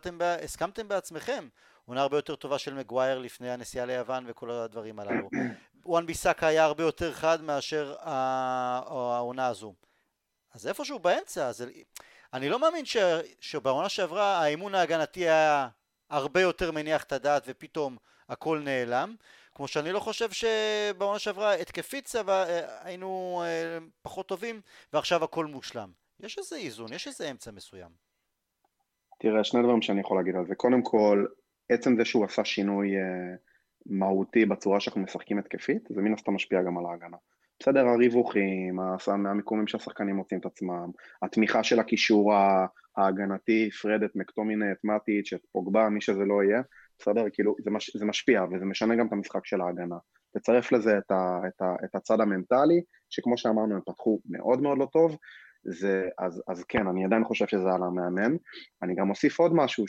הסכמתם בעצמכם, עונה הרבה יותר טובה של מגווייר לפני הנסיעה ליוון וכל הדברים הללו. וואן ביסאקה היה הרבה יותר חד מאשר העונה הזו. אז איפשהו באמצע, אני לא מאמין שבעונה שעברה האימון ההגנתי היה הרבה יותר מניח את הדעת ופתאום הכל נעלם, כמו שאני לא חושב שבעונה שעברה התקפית היינו פחות טובים ועכשיו הכל מושלם. יש איזה איזון, יש איזה אמצע מסוים. תראה, שני דברים שאני יכול להגיד על זה. קודם כל, עצם זה שהוא עשה שינוי מהותי בצורה שאנחנו משחקים התקפית, זה מן הסתם משפיע גם על ההגנה. בסדר, הריווחים, מהמיקומים שהשחקנים מוצאים את עצמם, התמיכה של הקישור ההגנתי, פרדת, מקטומינט, מאטיץ', פוגבה, מי שזה לא יהיה, בסדר, כאילו, זה משפיע, וזה משנה גם את המשחק של ההגנה. תצרף לזה את הצד המנטלי, שכמו שאמרנו, הם פתחו מאוד מאוד לא טוב, אז כן, אני עדיין חושב שזה על המאמן. אני גם אוסיף עוד משהו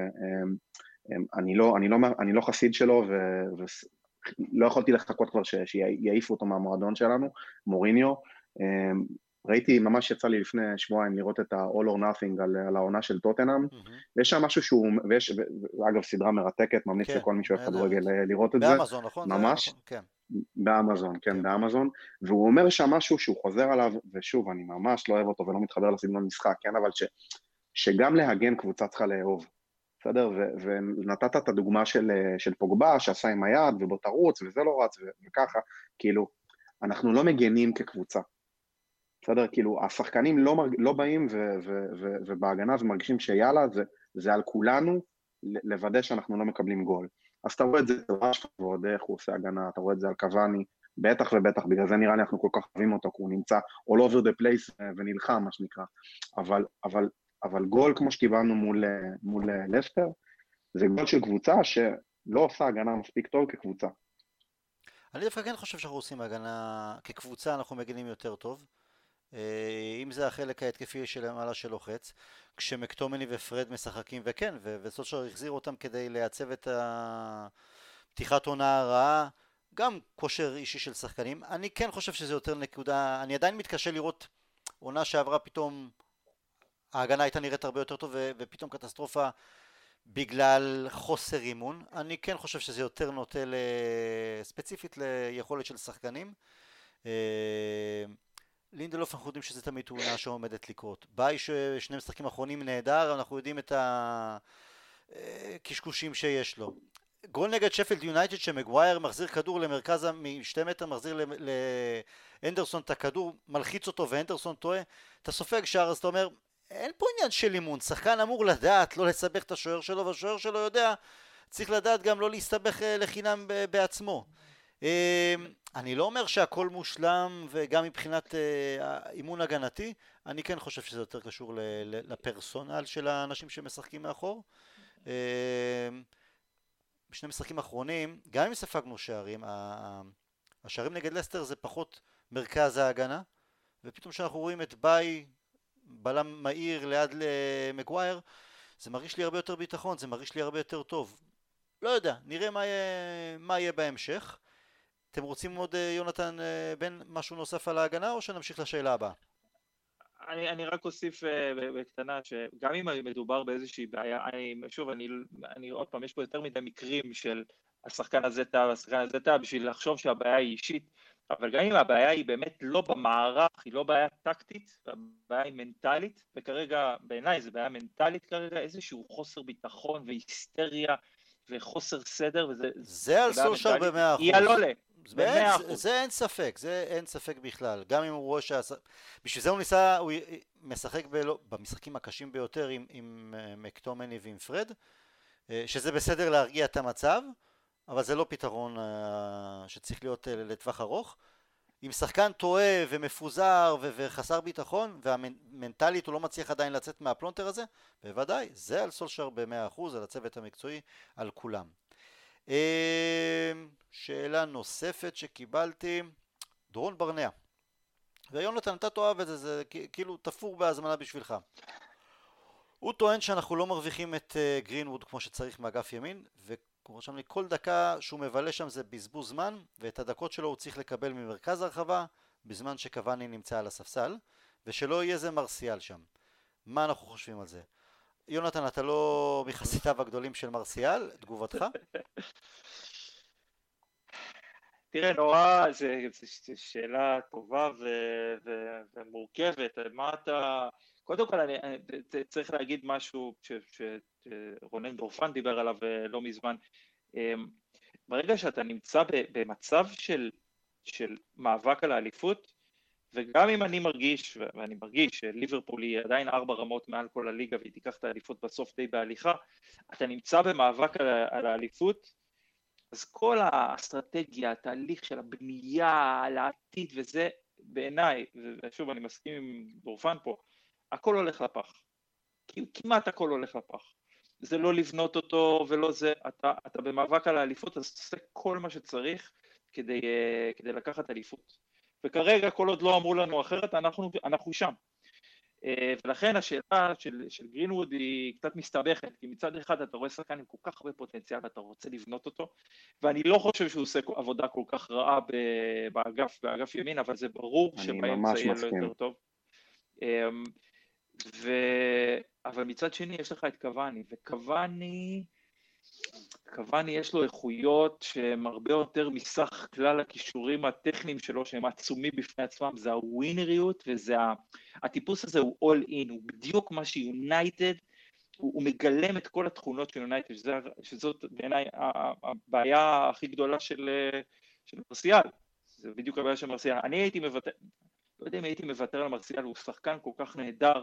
אני לא חסיד שלו, ולא יכולתי לחכות כבר שיעיפו אותו מהמועדון שלנו, מוריניו. ראיתי, ממש יצא לי לפני שבועיים לראות את ה-All or Nothing על העונה של טוטנהאם, ויש שם משהו שהוא, אגב סדרה מרתקת, ממליץ לכל מי שאוהב כדורגל לראות את זה. באמזון, נכון? ממש, באמזון, כן, באמזון, והוא אומר שם משהו שהוא חוזר עליו, ושוב, אני ממש לא אוהב אותו ולא מתחבר לסגנון משחק, כן, אבל שגם להגן קבוצה צריכה לאהוב, בסדר? ונתת את הדוגמה של פוגבה, שעשה עם היד, ובוא תרוץ, וזה לא רץ, וככה, כאילו, אנחנו לא מגנים כקבוצה, בסדר? כאילו, השחקנים לא באים ובהגנה ומרגישים שיאללה, זה על כולנו לוודא שאנחנו לא מקבלים גול. אז אתה רואה את זה, ועוד איך הוא עושה הגנה, אתה רואה את זה על קוואני, בטח ובטח, בגלל זה נראה לי אנחנו כל כך אוהבים אותו, כי הוא נמצא all over the place ונלחם, מה שנקרא. אבל גול כמו שקיבלנו מול לסטר, זה גול של קבוצה שלא עושה הגנה מספיק טוב כקבוצה. אני דווקא כן חושב שאנחנו עושים הגנה, כקבוצה אנחנו מגנים יותר טוב, אם זה החלק ההתקפי של מעלה שלוחץ, כשמקטומני ופרד משחקים, וכן, וסושר החזיר אותם כדי לייצב את פתיחת עונה הרעה, גם כושר אישי של שחקנים. אני כן חושב שזה יותר נקודה, אני עדיין מתקשה לראות עונה שעברה פתאום ההגנה הייתה נראית הרבה יותר טוב ופתאום קטסטרופה בגלל חוסר אימון. אני כן חושב שזה יותר נוטה ספציפית ליכולת של שחקנים. לינדלוף אנחנו יודעים שזה תמיד תאונה שעומדת לקרות. ביי ששני משחקים אחרונים נהדר, אנחנו יודעים את הקשקושים שיש לו. גול נגד שפילד יונייטד שמגווייר מחזיר כדור למרכז מ2 מטר, מחזיר לאנדרסון את הכדור, מלחיץ אותו ואנדרסון טועה, אתה סופג שער, אז אתה אומר אין פה עניין של אימון, שחקן אמור לדעת לא לסבך את השוער שלו, והשוער שלו יודע, צריך לדעת גם לא להסתבך לחינם בעצמו. אני לא אומר שהכל מושלם, וגם מבחינת אימון הגנתי, אני כן חושב שזה יותר קשור לפרסונל של האנשים שמשחקים מאחור. בשני משחקים האחרונים, גם אם ספגנו שערים, השערים נגד לסטר זה פחות מרכז ההגנה, ופתאום שאנחנו רואים את ביי בלם מהיר ליד למגווייר, זה מרגיש לי הרבה יותר ביטחון, זה מרגיש לי הרבה יותר טוב. לא יודע, נראה מה יהיה בהמשך. אתם רוצים עוד, יונתן בן, משהו נוסף על ההגנה, או שנמשיך לשאלה הבאה? אני רק אוסיף בקטנה, שגם אם מדובר באיזושהי בעיה, שוב, אני עוד פעם, יש פה יותר מדי מקרים של השחקן הזה טעה, השחקן הזה טעה, בשביל לחשוב שהבעיה היא אישית, אבל גם אם הבעיה היא באמת לא במערך, היא לא בעיה טקטית, הבעיה היא מנטלית, וכרגע בעיניי זה בעיה מנטלית כרגע, איזשהו חוסר ביטחון והיסטריה וחוסר סדר, וזה... זה על סולשר ב100%. היא עלולה. זה אין ספק, זה אין ספק בכלל. גם אם הוא רואה בשביל זה הוא ניסה, הוא משחק במשחקים הקשים ביותר עם מקטומני ועם פרד, שזה בסדר להרגיע את המצב, אבל זה לא פתרון שצריך להיות לטווח ארוך. אם שחקן טועה ומפוזר וחסר ביטחון, והמנטלית הוא לא מצליח עדיין לצאת מהפלונטר הזה, בוודאי, זה על סולשר ב100%, על הצוות המקצועי, על כולם. שאלה נוספת שקיבלתי, דורון ברנע, ויונתן אתה תאהב את זה, זה כאילו תפור בהזמנה בשבילך. הוא טוען שאנחנו לא מרוויחים את גרינווד כמו שצריך מאגף ימין, וכמו שאמרתי, כל דקה שהוא מבלה שם זה בזבוז זמן, ואת הדקות שלו הוא צריך לקבל ממרכז הרחבה, בזמן שקוואני נמצא על הספסל, ושלא יהיה זה מרסיאל שם. מה אנחנו חושבים על זה? יונתן, אתה לא מחסידיו הגדולים של מרסיאל, תגובתך? תראה, נורא, זו שאלה טובה ומורכבת. מה אתה... קודם כל, אני צריך להגיד משהו שרונן דורפן דיבר עליו לא מזמן. ברגע שאתה נמצא במצב של מאבק על האליפות, וגם אם אני מרגיש, ואני מרגיש שליברפול היא עדיין 4 רמות מעל כל הליגה, והיא תיקח את האליפות בסוף די בהליכה, אתה נמצא במאבק על האליפות, אז כל האסטרטגיה, התהליך של הבנייה, על העתיד וזה, בעיניי, ושוב אני מסכים עם דורפן פה, הכל הולך לפח. כמעט הכל הולך לפח. זה לא לבנות אותו ולא זה, אתה במאבק על האליפות, אז תעשה כל מה שצריך כדי לקחת אליפות. וכרגע כל עוד לא אמרו לנו אחרת, אנחנו שם. ולכן השאלה של גרינווד היא קצת מסתבכת, כי מצד אחד אתה רואה שחקן עם כל כך הרבה פוטנציאל ואתה רוצה לבנות אותו, ואני לא חושב שהוא עושה עבודה כל כך רעה באגף ימין, אבל זה ברור שבאמצע יהיה לו יותר טוב. אבל מצד שני יש לך את קוואני, וקוואני יש לו איכויות שהן הרבה יותר מסך כלל הכישורים הטכניים שלו, שהם עצומים בפני עצמם, זה הווינריות, וזה הטיפוס הזה הוא all in, הוא בדיוק מה שיונייטד, הוא מגלם את כל התכונות של יונייטד, שזאת בעיניי הבעיה הכי גדולה של מרסיאל, זה בדיוק הבעיה של מרסיאל. אני הייתי מוותר, לא יודע אם הייתי מוותר על מרסיאל, הוא שחקן כל כך נהדר,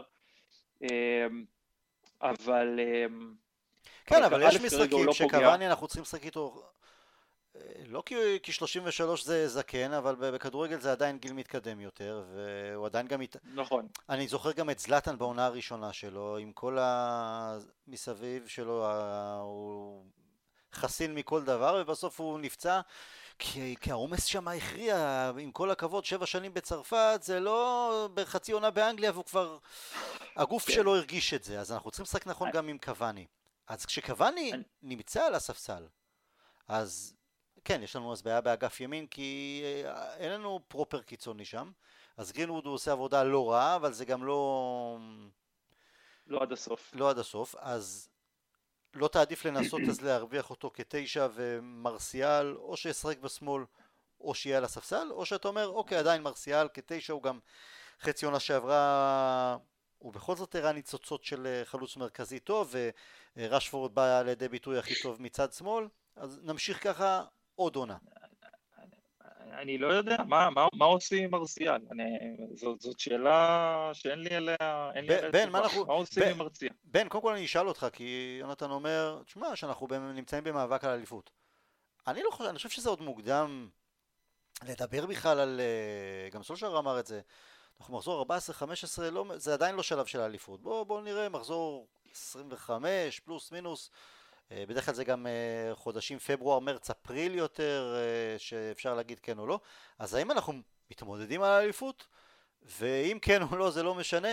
אבל... כן, אבל יש משחקים שקוואני אנחנו צריכים לשחק איתו, לא כי 33 זה זקן, אבל בכדורגל זה עדיין גיל מתקדם יותר, והוא עדיין גם... נכון. אני זוכר גם את זלאטן בעונה הראשונה שלו, עם כל המסביב שלו, הוא חסין מכל דבר, ובסוף הוא נפצע, כי העומס שם הכריע, עם כל הכבוד, 7 שנים בצרפת, זה לא בחצי עונה באנגליה, והוא כבר... הגוף שלו הרגיש את זה, אז אנחנו צריכים לשחק נכון גם עם קוואני. אז כשקוואני נמצא על הספסל, אז כן, יש לנו אז בעיה באגף ימין, כי אין לנו פרופר קיצוני שם, אז גרינווד הוא עושה עבודה לא רעה, אבל זה גם לא עד הסוף. לא עד הסוף, אז לא תעדיף לנסות אז להרוויח אותו כ9 ומרסיאל, או שישחק בשמאל, או שיהיה על הספסל, או שאתה אומר, אוקיי, עדיין מרסיאל כ9, הוא גם חצי עונה שעברה... הוא בכל זאת הראה ניצוצות של חלוץ מרכזי טוב, ורשפורד בא לידי ביטוי הכי טוב מצד שמאל, אז נמשיך ככה עוד עונה. אני לא יודע, מה עושים עם מרסיאל? זאת שאלה שאין לי עליה תשובה. מה עושים עם מרסיאל? בן, קודם כל אני אשאל אותך, כי יונתן אומר, תשמע, שאנחנו נמצאים במאבק על האליפות. אני חושב שזה עוד מוקדם לדבר בכלל על, גם סולשר אמר את זה, אנחנו מחזור 14-15, זה עדיין לא שלב של האליפות. בואו נראה, מחזור 25 פלוס מינוס, בדרך כלל זה גם חודשים פברואר, מרץ, אפריל יותר, שאפשר להגיד כן או לא. אז האם אנחנו מתמודדים על האליפות? ואם כן או לא, זה לא משנה.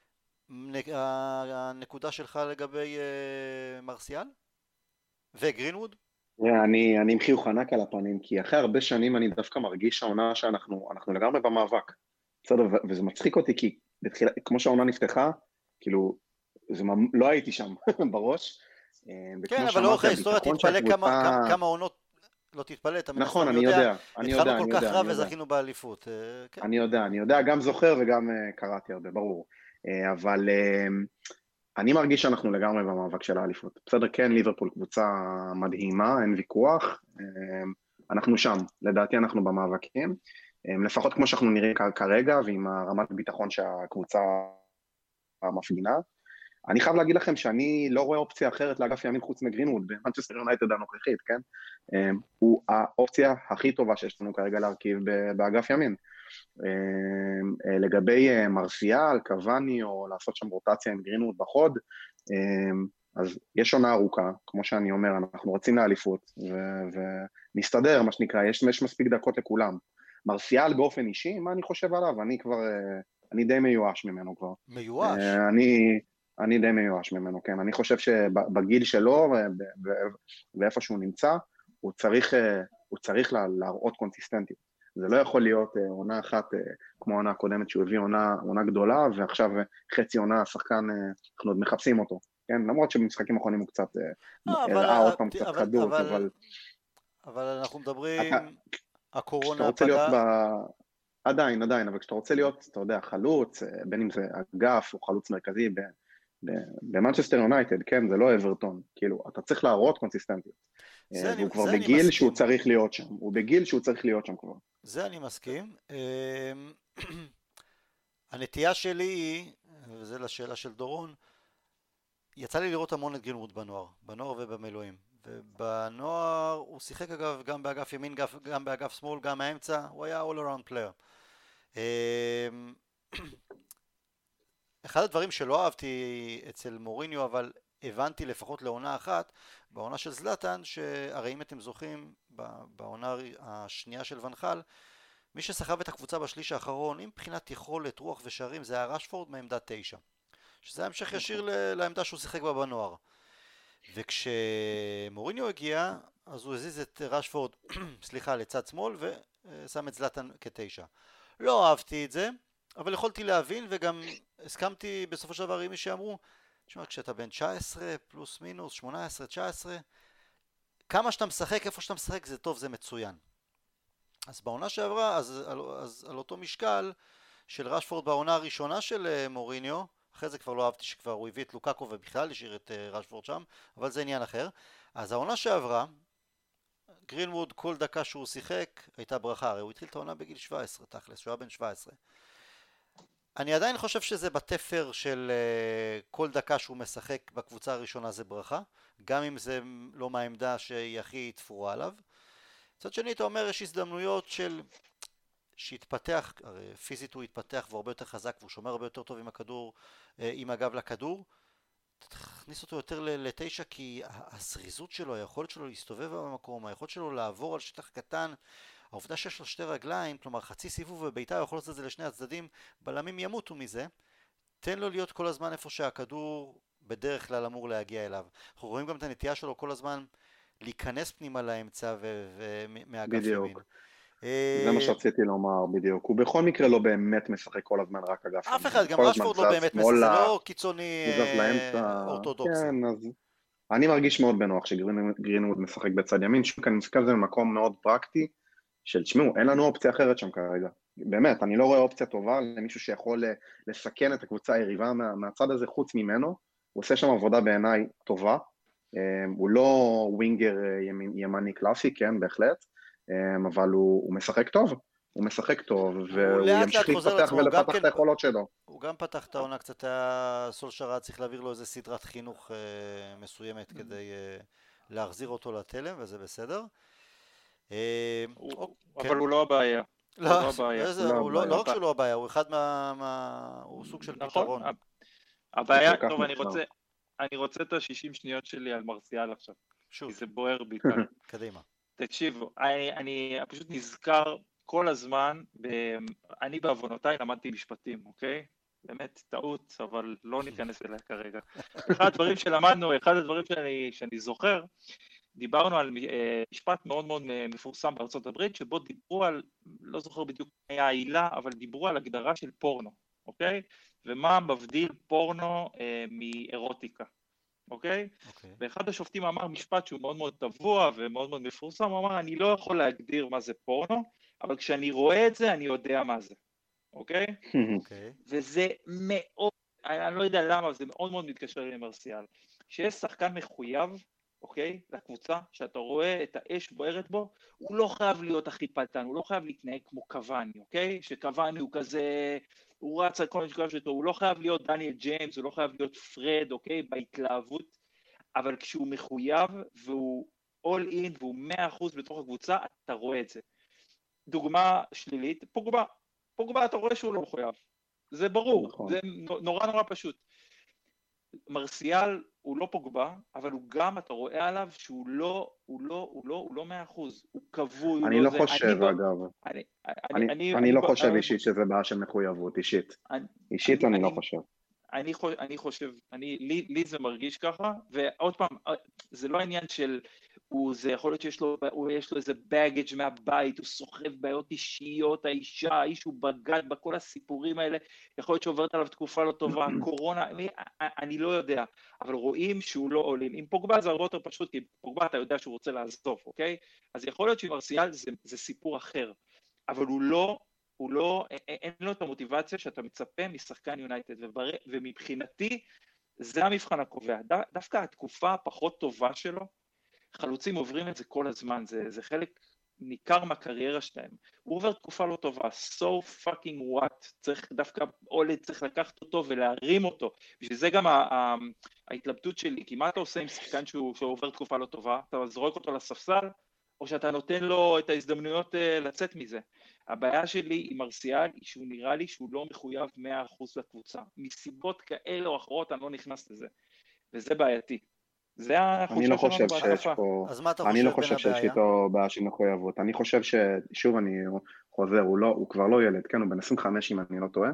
הנקודה שלך לגבי מרסיאל? וגרינווד? אני עם חיוך ענק על הפנים, כי אחרי הרבה שנים אני דווקא מרגיש העונה שאנחנו לגמרי במאבק. בסדר, וזה מצחיק אותי, כי כמו שהעונה נפתחה, כאילו, לא הייתי שם בראש. כן, אבל לאורך ההיסטוריה תתפלא כמה עונות לא תתפלא, אתה נכון, אני יודע. התחלנו כל כך רע וזכינו באליפות. אני יודע, גם זוכר וגם קראתי הרבה, ברור. אבל אני מרגיש שאנחנו לגמרי במאבק של האליפות. בסדר, כן, ליברפול קבוצה מדהימה, אין ויכוח. אנחנו שם, לדעתי אנחנו במאבקים. לפחות כמו שאנחנו נראים כרגע, ועם הרמת ביטחון שהקבוצה מפגינה. אני חייב להגיד לכם שאני לא רואה אופציה אחרת לאגף ימין חוץ מגרינווד, במנצ'סטר יונייטד הנוכחית, כן? הוא האופציה הכי טובה שיש לנו כרגע להרכיב באגף ימין. לגבי מרסיאל, קוואני, או לעשות שם רוטציה עם גרינווד בחוד, אז יש עונה ארוכה, כמו שאני אומר, אנחנו רוצים לאליפות, ונסתדר, מה שנקרא, יש מספיק דקות לכולם. מרסיאל באופן אישי, מה אני חושב עליו? אני די מיואש ממנו כבר. מיואש? אני די מיואש ממנו, כן. אני חושב שבגיל שלו, ואיפה שהוא נמצא, הוא צריך להראות קונסיסטנטיות. זה לא יכול להיות עונה אחת, כמו העונה הקודמת, שהוא הביא עונה גדולה, ועכשיו חצי עונה השחקן, אנחנו עוד מחפשים אותו. כן, למרות שבמשחקים האחרונים הוא קצת, הראה עוד פעם קצת כדור, אבל אנחנו מדברים... הקורונה רוצה להיות פגעה... עדיין, אבל כשאתה רוצה להיות, אתה יודע, חלוץ, בין אם זה אגף או חלוץ מרכזי במנצ'סטר יונייטד, כן, זה לא אברטון, כאילו, אתה צריך להראות קונסיסטנטיות. והוא כבר בגיל שהוא צריך להיות שם, כבר. זה אני מסכים. הנטייה שלי היא, וזה לשאלה של דורון, יצא לי לראות המון את גרינווד בנוער ובמילואים. ובנוער הוא שיחק אגב גם באגף ימין, גם באגף שמאל, גם האמצע, הוא היה all around player. אחד הדברים שלא אהבתי אצל מוריניו, אבל הבנתי לפחות לעונה אחת, בעונה של זלטן, שהרי אם אתם זוכרים, בעונה השנייה של ונחל, מי שסחב את הקבוצה בשליש האחרון, עם מבחינת יכולת, רוח ושערים, זה היה רשפורד מעמדת 9. שזה היה המשך ישיר לעמדה שהוא שיחק בה בנוער. וכשמוריניו הגיע, אז הוא הזיז את רשפורד, סליחה, לצד שמאל, ושם את זלטן כ9. לא אהבתי את זה, אבל יכולתי להבין, וגם הסכמתי בסופו של דבר עם מי שאמרו, תשמע, כשאתה בן 19 פלוס מינוס, 18, 19, כמה שאתה משחק, איפה שאתה משחק זה טוב, זה מצוין. אז בעונה שעברה, אז על אותו משקל של רשפורד בעונה הראשונה של מוריניו, אחרי זה כבר לא אהבתי שכבר הוא הביא את לוקאקו ובכלל השאיר את רשפורד שם, אבל זה עניין אחר. אז העונה שעברה, גרינווד כל דקה שהוא שיחק הייתה ברכה, הרי הוא התחיל את העונה בגיל 17 תכלס, שהוא היה בן 17. אני עדיין חושב שזה בתפר של כל דקה שהוא משחק בקבוצה הראשונה זה ברכה, גם אם זה לא מהעמדה שהיא הכי תפורה עליו. מצד שני אתה אומר יש הזדמנויות של שהתפתח, הרי פיזית הוא התפתח והוא הרבה יותר חזק והוא שומר הרבה יותר טוב עם הכדור, עם הגב לכדור, תכניס אותו יותר ל9 כי הסריזות שלו, היכולת שלו להסתובב במקום, היכולת שלו לעבור על שטח קטן, העובדה שיש לו שתי רגליים, כלומר חצי סיבוב וביתה יכול לעשות את זה לשני הצדדים, בלמים ימותו מזה, תן לו להיות כל הזמן איפה שהכדור בדרך כלל אמור להגיע אליו. אנחנו רואים גם את הנטייה שלו כל הזמן להיכנס פנימה לאמצע ומאגף ימין. זה מה שרציתי לומר בדיוק, הוא בכל מקרה לא באמת משחק כל הזמן רק אגף. אף אחד, גם רשפורד לא באמת משחק, זה לא קיצוני אורתודוקסי. כן, אז אני מרגיש מאוד בנוח שגרינווד משחק בצד ימין, שוב אני מסתכל על זה במקום מאוד פרקטי, של תשמעו, אין לנו אופציה אחרת שם כרגע. באמת, אני לא רואה אופציה טובה למישהו שיכול לסכן את הקבוצה היריבה מהצד הזה חוץ ממנו, הוא עושה שם עבודה בעיניי טובה, הוא לא ווינגר ימני קלאסי, כן, בהחלט, אבל הוא משחק טוב, והוא ימשיך להתפתח ולפתח את היכולות שלו. הוא גם פתח את העונה קצת, סולשר צריך להעביר לו איזה סדרת חינוך מסוימת כדי להחזיר אותו לתלם, וזה בסדר. אבל הוא לא הבעיה. לא רק שהוא לא הבעיה, הוא אחד הוא סוג של פתרון. הבעיה, טוב, אני רוצה את ה-60 שניות שלי על מרסיאל עכשיו, כי זה בוער בי כאן. קדימה. תקשיבו, אני פשוט נזכר כל הזמן, אני בעוונותיי למדתי משפטים, אוקיי? באמת טעות, אבל לא ניכנס אליה כרגע. אחד הדברים שלמדנו, אחד הדברים שאני זוכר, דיברנו על משפט מאוד מאוד מפורסם בארצות הברית, שבו דיברו על, לא זוכר בדיוק מה היה העילה, אבל דיברו על הגדרה של פורנו, אוקיי? ומה מבדיל פורנו מאירוטיקה, אוקיי? ואחד השופטים אמר משפט שהוא מאוד מאוד טבוע ומאוד מאוד מפורסם, הוא אמר, אני לא יכול להגדיר מה זה פורנו, אבל כשאני רואה את זה, אני יודע מה זה, אוקיי? וזה מאוד, אני לא יודע למה, זה מאוד מאוד מתקשר למרסיאל. שיש שחקן מחויב, אוקיי? לקבוצה, שאתה רואה את האש בוערת בו, הוא לא חייב להיות הכי פלטן, הוא לא חייב להתנהג כמו קוואני, אוקיי? שקוואני הוא כזה, הוא רץ על כל משקול שלו, הוא לא חייב להיות דניאל ג'יימס, הוא לא חייב להיות פרד, אוקיי? בהתלהבות, אבל כשהוא מחויב והוא all in והוא 100% בתוך הקבוצה, אתה רואה את זה. דוגמה שלילית, פוגבה אתה רואה שהוא לא מחויב. זה ברור, נכון. זה נורא נורא פשוט. מרסיאל הוא לא פוגבה, אבל הוא גם, אתה רואה עליו שהוא לא 100%, הוא כבוי. אני לא חושב, אגב. אני לא חושב אישית שזה בעיה של מחויבות, אישית. אישית אני לא חושב. אני חושב, לי זה מרגיש ככה, ועוד פעם, זה לא העניין של זה יכול להיות שיש לו איזה baggage מהבית, הוא סוחב בעיות אישיות, האיש הוא בגד בכל הסיפורים האלה, יכול להיות שעוברת עליו תקופה לא טובה, קורונה, אני לא יודע, אבל רואים שהוא לא עולים. עם פוגבה זה הרבה יותר פשוט, כי פוגבה אתה יודע שהוא רוצה לעזוב, אוקיי? אז יכול להיות שמרסיאל זה סיפור אחר, אבל הוא לא, אין לו את המוטיבציה שאתה מצפה משחקן יונייטד, ומבחינתי זה המבחן הקובע. דווקא התקופה הפחות טובה שלו, חלוצים עוברים את זה כל הזמן, זה חלק ניכר מהקריירה שלהם. הוא עובר תקופה לא טובה, so fucking what, צריך דווקא, אולד צריך לקחת אותו ולהרים אותו, בשביל זה גם ההתלבטות שלי, כי מה אתה עושה עם שחקן שעובר תקופה לא טובה? אתה זורק אותו לספסל, או שאתה נותן לו את ההזדמנויות לצאת מזה? הבעיה שלי עם מרסיאל היא שהוא נראה לי שהוא לא מחויב 100% לקבוצה, מסיבות כאלה או אחרות אני לא נכנס לזה, וזה בעייתי. זה אני החושה לא שלנו חושב שיש בהתקפה. פה, אז מה אתה אני לא חושב חושב בין שיש הבעיה? איתו בעיה של מחויבות. אני חושב שוב אני חוזר, הוא כבר לא ילד, כן, הוא בן 25 אם אני לא טועה,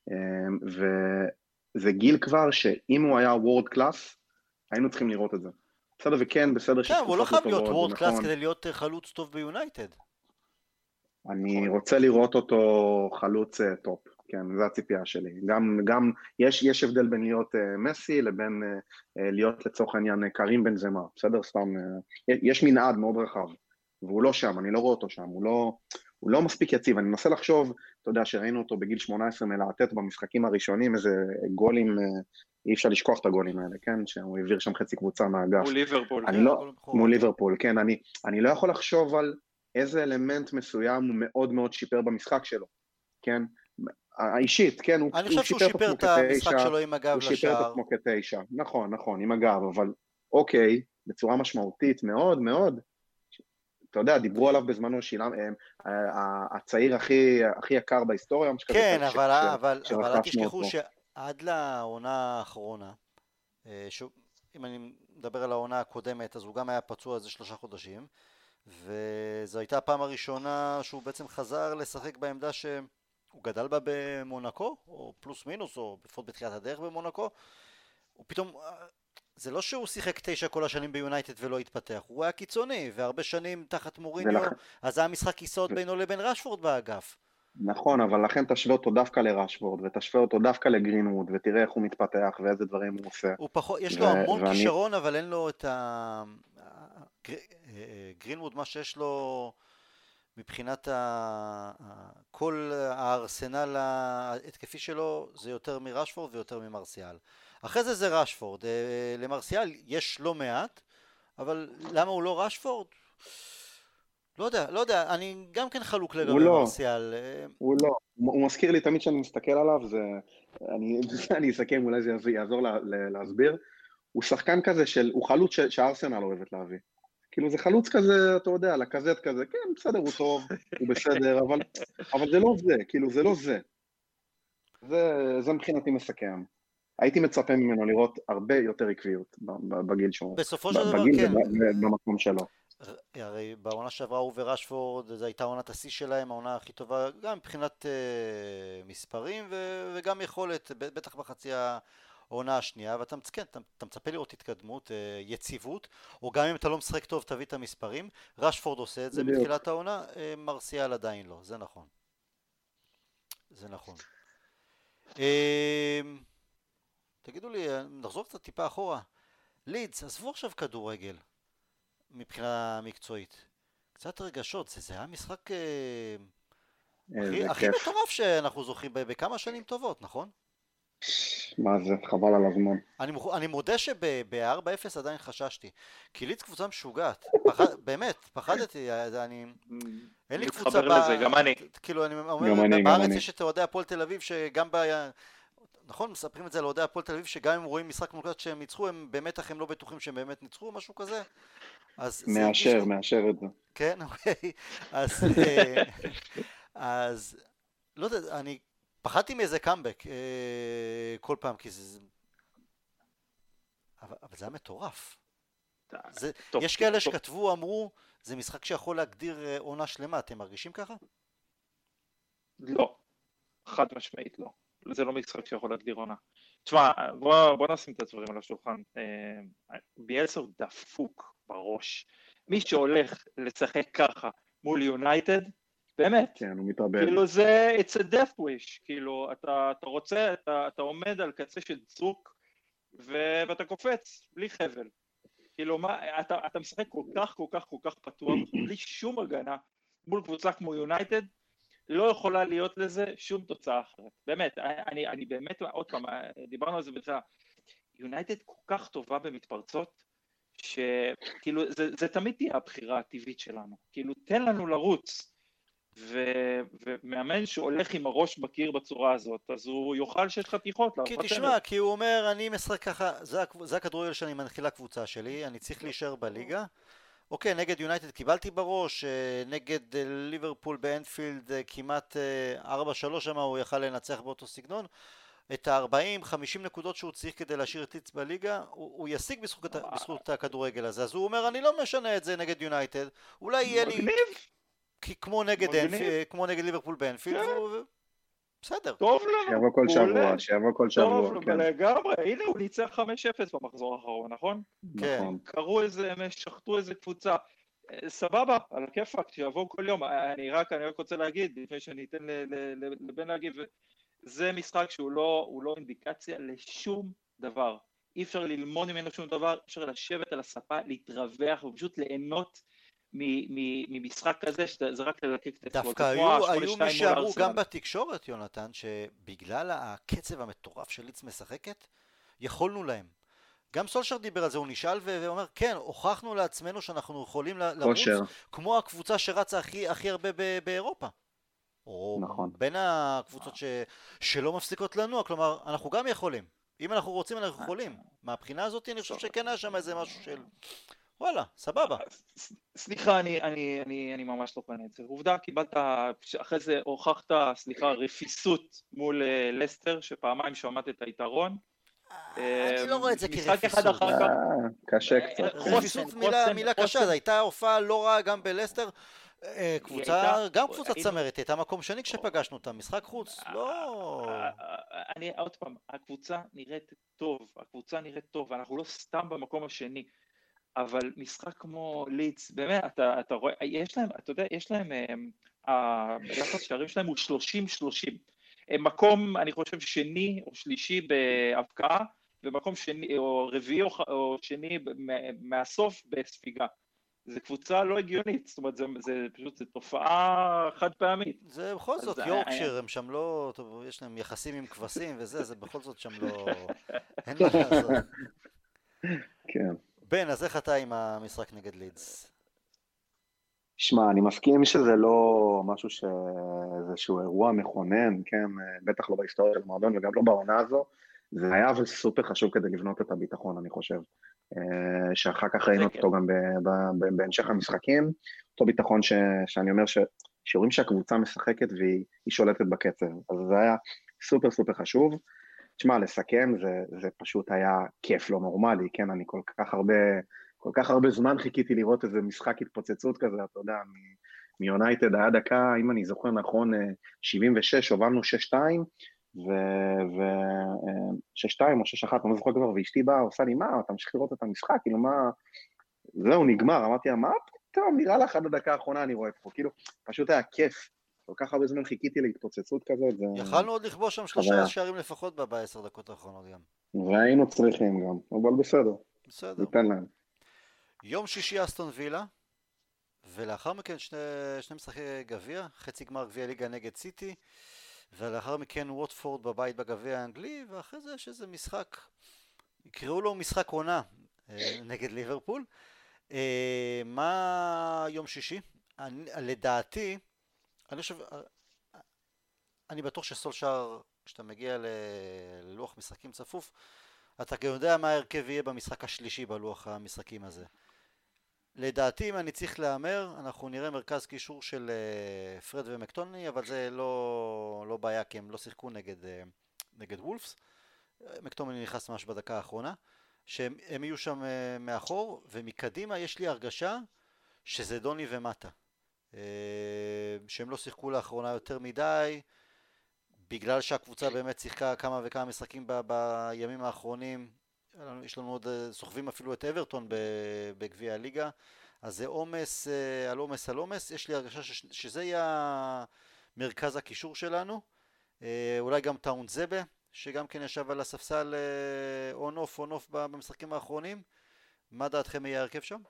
וזה גיל כבר שאם הוא היה וורד קלאס, היינו צריכים לראות את זה. בסדר, וכן, בסדר כן, הוא לא שתקופות חייב לא להיות טובות, וורד זה קלאס נכון. כדי להיות חלוץ טוב ביונייטד. אני רוצה לראות אותו חלוץ טופ, כן, זה הציפייה שלי. גם יש הבדל בין להיות מסי לבין להיות לצורך העניין קרים בנזמה, בסדר? סתם, יש מנעד מאוד רחב, והוא לא שם, אני לא רואה אותו שם, הוא לא מספיק יציב. אני מנסה לחשוב, אתה יודע, שראינו אותו בגיל 18 מלהטט במשחקים הראשונים, איזה גולים, אי אפשר לשכוח את הגולים האלה, כן? שהוא העביר שם חצי קבוצה מהאגף. מול ליברפול. מול ליברפול, כן, אני לא יכול לחשוב על איזה אלמנט מסוים הוא מאוד מאוד שיפר במשחק שלו, כן? האישית, כן, אני חושב שהוא שיפר את המשחק שלו עם הגב לשער. הוא שיפר את עצמו כ9, נכון, עם הגב, אבל אוקיי, בצורה משמעותית מאוד מאוד, אתה יודע, דיברו עליו בזמנו, הצעיר הכי יקר בהיסטוריה, כן, אבל אל תשכחו שעד לעונה האחרונה, אם אני מדבר על העונה הקודמת, אז הוא גם היה פצוע איזה 3 חודשים, וזו הייתה הפעם הראשונה שהוא בעצם חזר לשחק בעמדה שהוא גדל בה במונקו, או פלוס מינוס, או לפחות בתחילת הדרך במונקו. הוא פתאום, זה לא שהוא שיחק 9 כל השנים ביונייטד ולא התפתח, הוא היה קיצוני, והרבה שנים תחת מוריניו, אז היה משחק כיסאות בינו לבין רשפורד באגף. נכון, אבל לכן תשווה אותו דווקא לרשפורד, ותשווה אותו דווקא לגרינווד, ותראה איך הוא מתפתח ואיזה דברים הוא עושה. יש לו המון כישרון, אבל אין לו את גרינווד, מה שיש לו מבחינת כל הארסנל ההתקפי שלו, זה יותר מרשפורד ויותר ממרסיאל. אחרי זה רשפורד. למרסיאל יש לא מעט, אבל למה הוא לא רשפורד? לא יודע, אני גם כן חלוק לגבי מרסיאל. הוא לא, הוא מזכיר לי תמיד שאני מסתכל עליו, אני אסכם, אולי זה יעזור להסביר, הוא שחקן כזה הוא חלוץ שהארסנל אוהבת להביא. כאילו זה חלוץ כזה, אתה יודע, לקזט כזה, כן, בסדר, הוא טוב, הוא בסדר, אבל זה לא זה, כאילו זה לא זה. זה מבחינתי מסכם. הייתי מצפה ממנו לראות הרבה יותר עקביות בגיל שהוא, בסופו של דבר, כן. במקום שלו. הרי בעונה שעברה הוא ורשפורד, זו הייתה עונת השיא שלהם, העונה הכי טובה, גם מבחינת מספרים וגם יכולת, בטח בחצי העונה השנייה, ואתה מצפה לראות התקדמות, יציבות, או גם אם אתה לא משחק טוב תביא את המספרים. רשפורד עושה את זה מתחילת העונה, מרסיאל עדיין לא, זה נכון. זה נכון. תגידו לי, נחזור קצת טיפה אחורה. לידס, עזבו עכשיו כדורגל מבחינה מקצועית. קצת רגשות, זה היה משחק הכי מטורף שאנחנו זוכים בכמה שנים טובות, נכון? מה זה, חבל על הזמן. אני מודה שב-4-0 עדיין חששתי, כי לידס קבוצה משוגעת, באמת, פחדתי, אין לי קבוצה, גם אני. כאילו אני אומר, בארץ יש את אוהדי הפועל תל אביב שגם נכון, מספרים את זה לאוהדי הפועל תל אביב, שגם אם רואים משחק מוקלט שהם ניצחו, הם לא בטוחים שהם באמת ניצחו, משהו כזה. מאשר את זה. כן, אוקיי. אז, לא יודע, אני פחדתי מאיזה קאמבק כל פעם, כי זה... אבל זה היה מטורף. יש כאלה שכתבו, אמרו, זה משחק שיכול להגדיר עונה שלמה, אתם מרגישים ככה? לא, חד משמעית לא. זה לא משחק שיכול להגדיר עונה. תשמע, בוא נשים את הדברים על השולחן. ביאלסה הוא דפוק בראש, מי שהולך לשחק ככה מול יונייטד, באמת, כן, הוא מתאבד. כאילו זה, it's a death wish, כאילו אתה רוצה, אתה עומד על קצה של צוק, ואתה קופץ, בלי חבל. כאילו מה, אתה משחק כל כך פתוח, בלי שום הגנה, מול קבוצה כמו יונייטד, לא יכולה להיות לזה שום תוצאה אחרת. באמת, אני באמת, עוד פעם, דיברנו על זה בצורה, יונייטד כל כך טובה במתפרצות, שכאילו זה תמיד תהיה הבחירה הטבעית שלנו. כאילו תן לנו לרוץ, ומאמן שהולך עם הראש בקיר בצורה הזאת, אז הוא יאכל 6 חתיכות. כי תשמע, כי הוא אומר, אני משחק ככה, זה הכדורגל שאני מנחיל לקבוצה שלי, אני צריך להישאר בליגה. אוקיי, נגד יונייטד קיבלתי בראש, נגד ליברפול באנפילד כמעט 4-3 שם הוא יכל לנצח באותו סגנון. את ה-40-50 נקודות שהוא צריך כדי להשאיר את ליץ בליגה, הוא ישיג בזכות הכדורגל הזה. אז הוא אומר, אני לא משנה את זה נגד יונייטד, אולי יהיה לי כמו נגד ליברפול באנפילד, בסדר. טוב לנו. שיבוא כל שבוע. טוב, לגמרי, הנה הוא ניצח 5-0 במחזור האחרון, נכון? כן. קראו איזה, שחטו איזה קבוצה. סבבה, על הכיפק, שיבואו כל יום. אני רק רוצה להגיד, לפני שאני אתן לבן להגיב, זה משחק שהוא לא אינדיקציה לשום דבר. אי אפשר ללמוד ממנו שום דבר, אפשר לשבת על הספה, להתרווח ופשוט ליהנות ממשחק כזה, שזה רק ללקק את עצמו. דווקא היו מי שאמרו גם בתקשורת, יונתן, שבגלל הקצב המטורף של ליץ משחקת, יכולנו להם. גם סולשר דיבר על זה, הוא נשאל ואומר, כן, הוכחנו לעצמנו שאנחנו יכולים לרוץ, כמו הקבוצה שרצה הכי הרבה באירופה. או נכון. בין הקבוצות שלא מפסיקות לנוע, כלומר, אנחנו גם יכולים. אם אנחנו רוצים, אנחנו יכולים. מהבחינה הזאת, אני חושב שכן היה שם איזה משהו של... וואלה, סבבה. סליחה, אני ממש לא קונה את זה. עובדה, קיבלת, אחרי זה הוכחת, סליחה, רפיסות מול לסטר, שפעמיים שמעת את היתרון. אני לא רואה את זה כרפיסות. קשה קצת. רפיסות מילה קשה, זו הייתה הופעה לא רעה גם בלסטר. גם קבוצת צמרת, הייתה מקום שני כשפגשנו אותה, משחק חוץ, לא... עוד פעם, הקבוצה נראית טוב, אנחנו לא סתם במקום השני. אבל משחק כמו ליץ, באמת, אתה רואה, יש להם, ביחס שערים שלהם הוא 30-30. מקום, אני חושב, שני או שלישי בהבקעה, ומקום שני, או רביעי או שני מהסוף בספיגה. זה קבוצה לא הגיונית, זאת אומרת, זה פשוט, זה תופעה חד פעמית. זה בכל זאת, יורקשיר, הם שם לא, יש להם יחסים עם כבשים וזה, זה בכל זאת שם לא, אין מה לעשות. כן. בן, אז איך אתה עם המשחק נגד לידס? שמע, אני מסכים שזה לא משהו איזשהו אירוע מכונן, כן, בטח לא בהיסטוריה של מועדון וגם לא בעונה הזו, זה היה אבל סופר חשוב כדי לבנות את הביטחון, אני חושב, שאחר כך ראינו אותו גם בהמשך המשחקים, אותו ביטחון שאני אומר שרואים שהקבוצה משחקת והיא שולטת בקצב, אז זה היה סופר סופר חשוב. תשמע, לסכם זה פשוט היה כיף לא נורמלי, כן, אני כל כך הרבה זמן חיכיתי לראות איזה משחק התפוצצות כזה, אתה יודע, מיונייטד היה דקה, אם אני זוכר נכון, 76, הובלנו 6-2, ו-6-2 או 6-1, אני לא זוכר כבר, ואשתי באה, עושה לי, מה, אתה ממשיך לראות את המשחק, כאילו מה, זהו, נגמר, אמרתי לה, מה פתאום, נראה לך עד הדקה האחרונה אני רואה פה, כאילו, פשוט היה כיף, כל כך הרבה זמן חיכיתי להתפוצצות כזאת. יכלנו עוד לכבוש שם 3 שערים לפחות ב10 דקות האחרונות גם. והיינו צריכים גם, אבל בסדר. בסדר. ניתן להם. יום שישי אסטון וילה, ולאחר מכן שני משחקי גביע, חצי גמר גביע ליגה נגד סיטי, ולאחר מכן ווטפורד בבית בגביע האנגלי, ואחרי זה יש איזה משחק, יקראו לו משחק עונה נגד ליברפול. מה יום שישי? לדעתי, אני בטוח שסולשר, כשאתה מגיע ללוח משחקים צפוף, אתה גם יודע מה ההרכב יהיה במשחק השלישי בלוח המשחקים הזה. לדעתי, אם אני צריך להאמר, אנחנו נראה מרכז קישור של פרד ומקטוני, אבל זה לא בעיה, כי הם לא שיחקו נגד וולפס. מקטוני נכנס ממש בדקה האחרונה, שהם יהיו שם מאחור, ומקדימה יש לי הרגשה שזה דוני ומטה. שהם לא שיחקו לאחרונה יותר מדי, בגלל שהקבוצה באמת שיחקה כמה וכמה משחקים בימים האחרונים. יש לנו עוד סוחבים אפילו את אברטון בגביע הליגה, אז זה עומס על עומס על עומס, יש לי הרגשה שזה יהיה מרכז הקישור שלנו, אולי גם טאון זבה, שגם כן ישב על הספסל און אוף במשחקים האחרונים. מה דעתכם יהיה הרכב שם?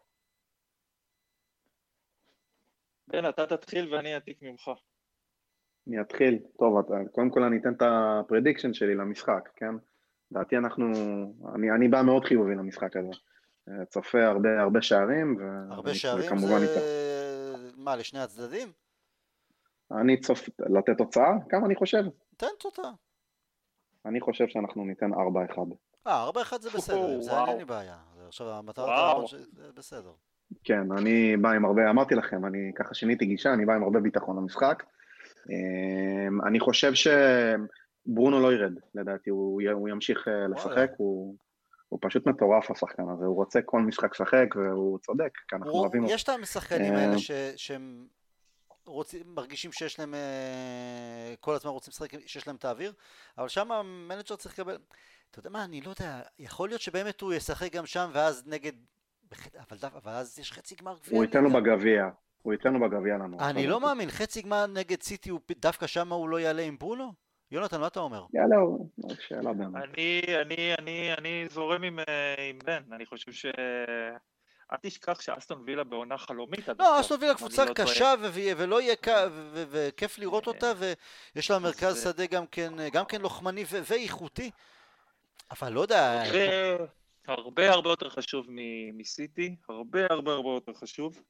בן, אתה תתחיל ואני אעתיק ממך. אני אתחיל. טוב, קודם כל אני אתן את הפרדיקשן שלי למשחק, כן? דעתי אני בא מאוד חיובי למשחק הזה. צופה הרבה שערים. הרבה שערים זה... מה, לשני הצדדים? אני צופה, לתת תוצאה? כמה אני חושב? תן תוצאה. אני חושב שאנחנו ניתן 4-1. 4-1 זה בסדר, זה אין לי בעיה. עכשיו המטרה זה בסדר. כן, אני בא עם הרבה, אמרתי לכם, אני ככה שיניתי גישה, אני בא עם הרבה ביטחון למשחק. אני חושב שברונו לא ירד, לדעתי, הוא ימשיך לשחק, הוא פשוט מטורף השחקן הזה, הוא רוצה כל משחק לשחק והוא צודק, כי אנחנו אוהבים אותו. יש את המשחקנים האלה שהם מרגישים שיש להם, כל הזמן רוצים לשחק, שיש להם את האוויר, אבל שם המנג'ר צריך לקבל, אתה יודע מה, אני לא יודע, יכול להיות שבאמת הוא ישחק גם שם ואז נגד, אבל אז יש חצי גמר גביע. הוא ייתן לו בגביע. הוא ייתן לו בגביע לנו. אני לא מאמין, חצי גמר נגד סיטי, דווקא שם הוא לא יעלה עם ברונו? יונתן, מה אתה אומר? יעלה, שאלה באמת. אני זורם עם בן, אני חושב ש... אל תשכח שאסטון וילה בעונה חלומית. לא, אסטון וילה קבוצה קשה ולא יהיה וכיף לראות אותה, ויש לה מרכז שדה גם כן לוחמני ואיכותי, אבל לא יודע... הרבה יותר חשוב מסיטי, הרבה יותר חשוב,